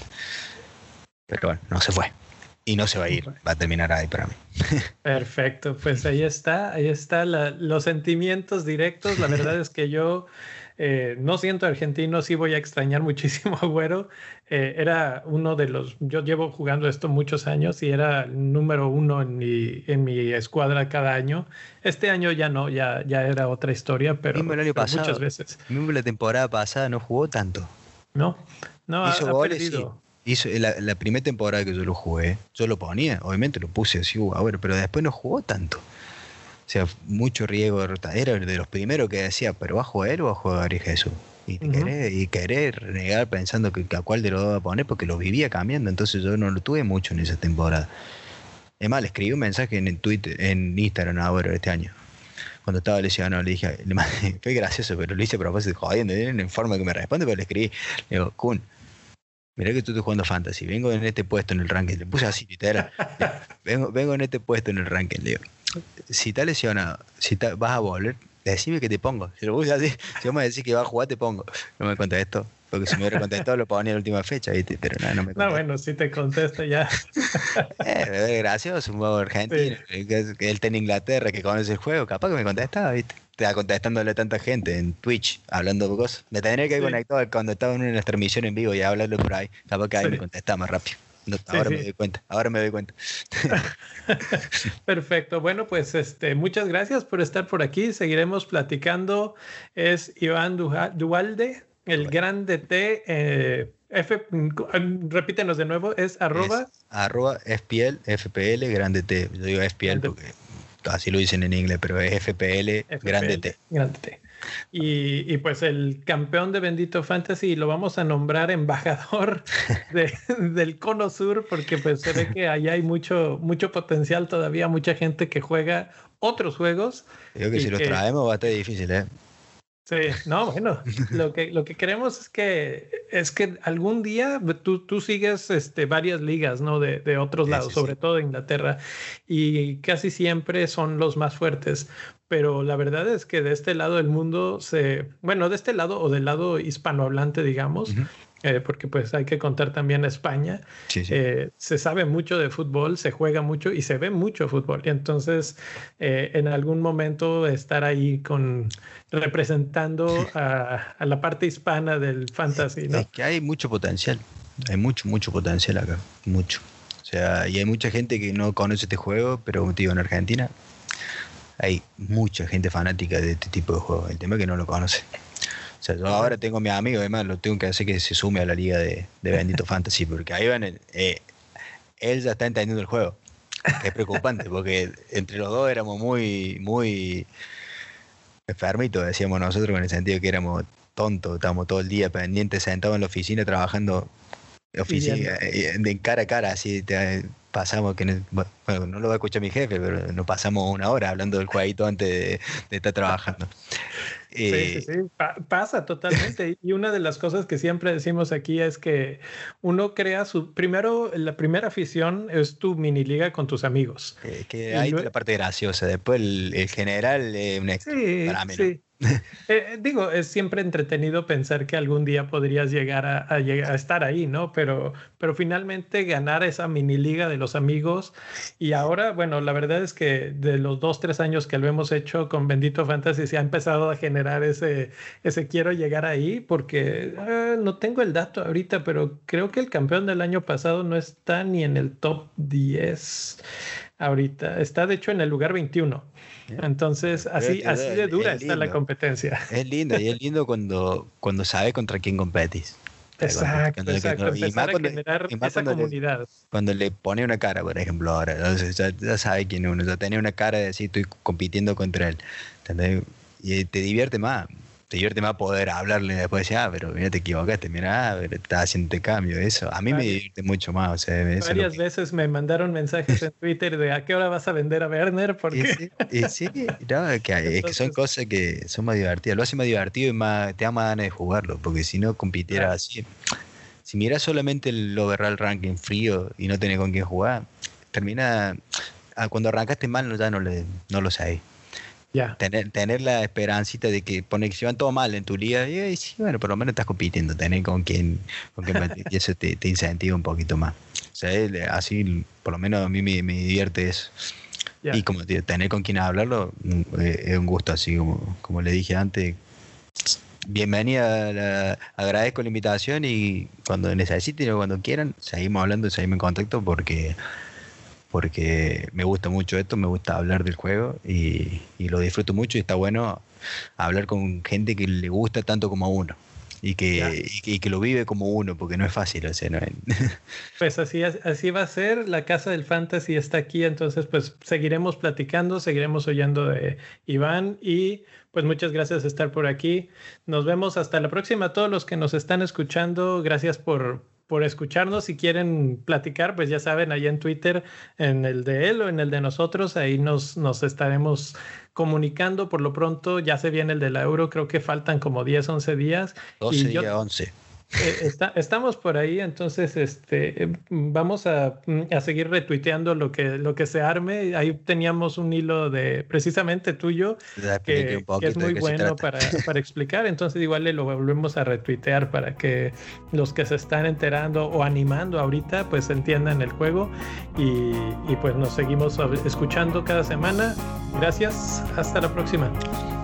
Pero bueno, no se fue. Y no se va a ir. Va a terminar ahí para mí. Perfecto, pues ahí está, ahí está la- los sentimientos directos. La verdad es que yo eh, no siento argentino, sí voy a extrañar muchísimo a Agüero. Eh, era uno de los, yo llevo jugando esto muchos años y era el número uno en mi, en mi escuadra cada año. Este año ya no, ya, ya era otra historia, Mismo el pero, año pero muchas pasado, veces, mismo la temporada pasada no jugó tanto. ¿no? No, ha, Hizo ha goles, sí. perdido. Hizo, la, la primera temporada que yo lo jugué, yo lo ponía, obviamente lo puse así, uh, a ver, pero después no jugó tanto. O sea, mucho riesgo de rota. Era de los primeros que decía, pero ¿va a jugar él o va a jugar Gabriel Jesús? Y Ujú. querer, y querer renegar pensando que, que a cuál de los dos va a poner, porque lo vivía cambiando, entonces yo no lo tuve mucho en esa temporada. Es más, le escribí un mensaje en Twitter, en Instagram ahora este año. Cuando estaba lesionado, le dije, le mandé- fue gracioso, pero lo hice a propósito, jodiendo, en forma que me responde, pero le escribí, le digo, Kun, mirá que tú estoy jugando Fantasy, vengo en este puesto en el ranking, le puse así, literal, vengo, vengo en este puesto en el ranking, le digo, si estás lesionado, si ta- vas a volver, decime que te pongo, si lo puse así, si vos me decís que vas a jugar, te pongo, no me contestó, porque si me hubiera contestado lo ponía en la última fecha, ¿viste? Pero nada, no me No, contestó. bueno, si te contesta ya. Eh, es gracioso, un juego Sí, argentino, que, que él está en Inglaterra, que conoce el juego, capaz que me contestaba, ¿viste? Estaba contestándole a tanta gente en Twitch, hablando de cosas. Me tendría que haber sí, conectado cuando estaba en una de las transmisiones en vivo y hablarlo por ahí. Capaz que ahí me sí, contestaba más rápido. No, sí, ahora me sí. doy cuenta, ahora me doy cuenta. Perfecto. Bueno, pues este, muchas gracias por estar por aquí. Seguiremos platicando. Es Iván Duja- Dualde, el Bueno, grande T. eh, F, mm, repítenos de nuevo, es es arroba arroba F P L, F P L, grande T. Yo digo F P L grande porque así lo dicen en inglés, pero es F P L, grande F P L, T. grande T. Y, y pues el campeón de Bendito Fantasy lo vamos a nombrar embajador de- del Cono Sur porque pues se ve que allá hay mucho, mucho potencial todavía, mucha gente que juega otros juegos Digo que si y los que traemos va a estar difícil, ¿eh? sí, no, bueno, lo que, lo que queremos es que, es que algún día tú, tú sigues este, varias ligas, ¿no? De, de otros Sí, lados, sí, sobre sí. todo de Inglaterra, y casi siempre son los más fuertes. Pero la verdad es que de este lado del mundo se, bueno, de este lado o del lado hispanohablante, digamos, Ujú. eh, porque pues hay que contar también a España, Sí, sí. eh, se sabe mucho de fútbol, se juega mucho y se ve mucho fútbol. Y entonces, eh, en algún momento estar ahí con representando a, a la parte hispana del fantasy, Es ¿no? que hay mucho potencial, hay mucho, mucho potencial acá, mucho. O sea, y hay mucha gente que no conoce este juego, pero como te digo, en Argentina hay mucha gente fanática de este tipo de juegos. El tema es que no lo conoce. O sea, yo ahora tengo a mi amigo, además lo tengo que hacer que se sume a la liga de, de Bendito Fantasy, porque ahí van, el- eh, él ya está entendiendo el juego, que es preocupante, porque entre los dos éramos muy, muy enfermitos, decíamos nosotros, en el sentido que éramos tontos, estábamos todo el día pendientes, sentados en la oficina trabajando Pidiendo. oficina, eh, de cara a cara, así te- pasamos, que no, bueno, no lo va a escuchar mi jefe, pero nos pasamos una hora hablando del jueguito antes de, de estar trabajando. Sí, sí, Eh, sí, pa- pasa totalmente. Y una de las cosas que siempre decimos aquí es que uno crea su, primero, la primera afición es tu mini liga con tus amigos. eh, que Y ahí está lue- la parte graciosa, después el, el general, eh, un ex- sí, para mí no. sí. Eh, digo, es siempre entretenido pensar que algún día podrías llegar a, a, llegar a estar ahí, ¿no? Pero, pero finalmente ganar esa mini liga de los amigos. Y ahora, bueno, la verdad es que de los dos, tres años que lo hemos hecho con Bendito Fantasy se ha empezado a generar ese, ese quiero llegar ahí porque eh, no tengo el dato ahorita, pero creo que el campeón del año pasado no está ni en el top diez ahorita. Está de hecho en el lugar veintiuno. Entonces, así, así de dura está la competencia. Es lindo, y es lindo cuando, cuando sabes contra quién competís. Exacto, cuando, exacto. Cuando, empezar y más a cuando, generar y más esa comunidad. Le, cuando le pone una cara, por ejemplo, ahora, entonces ya, ya sabe quién es uno, ya tenía una cara de decir, estoy compitiendo contra él. ¿Entendés? Y te divierte más. Te divierte más poder hablarle después, decir, ah, pero mira, te equivocaste, mira, ah, pero estás haciendo este cambio, eso. A mí varias, me divierte mucho más. O sea, eso varias que... veces me mandaron mensajes en Twitter de a qué hora vas a vender a Werner, porque y sí, y sí no, es, que, Entonces, es que son cosas que son más divertidas. Lo hace más divertido y más, te da más ganas de jugarlo, porque si no compitieras así, si miras solamente el overall ranking frío y no tenés con quién jugar, termina, cuando arrancaste mal ya no, le, no lo sabés. Yeah. Tener, tener la esperancita de que pone que se van todo mal en tu liga y, y sí, bueno, por lo menos estás compitiendo, tener con quién, con quién y eso te, te incentiva un poquito más. O sea, así por lo menos a mí me, me divierte eso. Yeah. Y como tener con quién hablarlo eh, es un gusto, así como, como le dije antes. Bienvenida, la, agradezco la invitación y cuando necesiten o cuando quieran, seguimos hablando, seguimos en contacto porque... porque me gusta mucho esto, me gusta hablar del juego y, y lo disfruto mucho y está bueno hablar con gente que le gusta tanto como a uno y que, yeah. y, y que lo vive como uno, porque no es fácil, o sea, no es... Pues así, así va a ser, la Casa del Fantasy está aquí, entonces pues seguiremos platicando, seguiremos oyendo de Iván y pues muchas gracias por estar por aquí. Nos vemos hasta la próxima, todos los que nos están escuchando, gracias por... por escucharnos. Si quieren platicar, pues ya saben, ahí en Twitter, en el de él o en el de nosotros, ahí nos, nos estaremos comunicando. Por lo pronto ya se viene el de la Euro, creo que faltan como diez, once días. doce y once. Eh, está, estamos por ahí, entonces este, vamos a, a seguir retuiteando lo que, lo que se arme. Ahí teníamos un hilo de precisamente tuyo que, que es muy bueno para, para explicar, entonces igual le lo volvemos a retuitear para que los que se están enterando o animando ahorita pues entiendan el juego y, y pues nos seguimos escuchando cada semana. Gracias, hasta la próxima.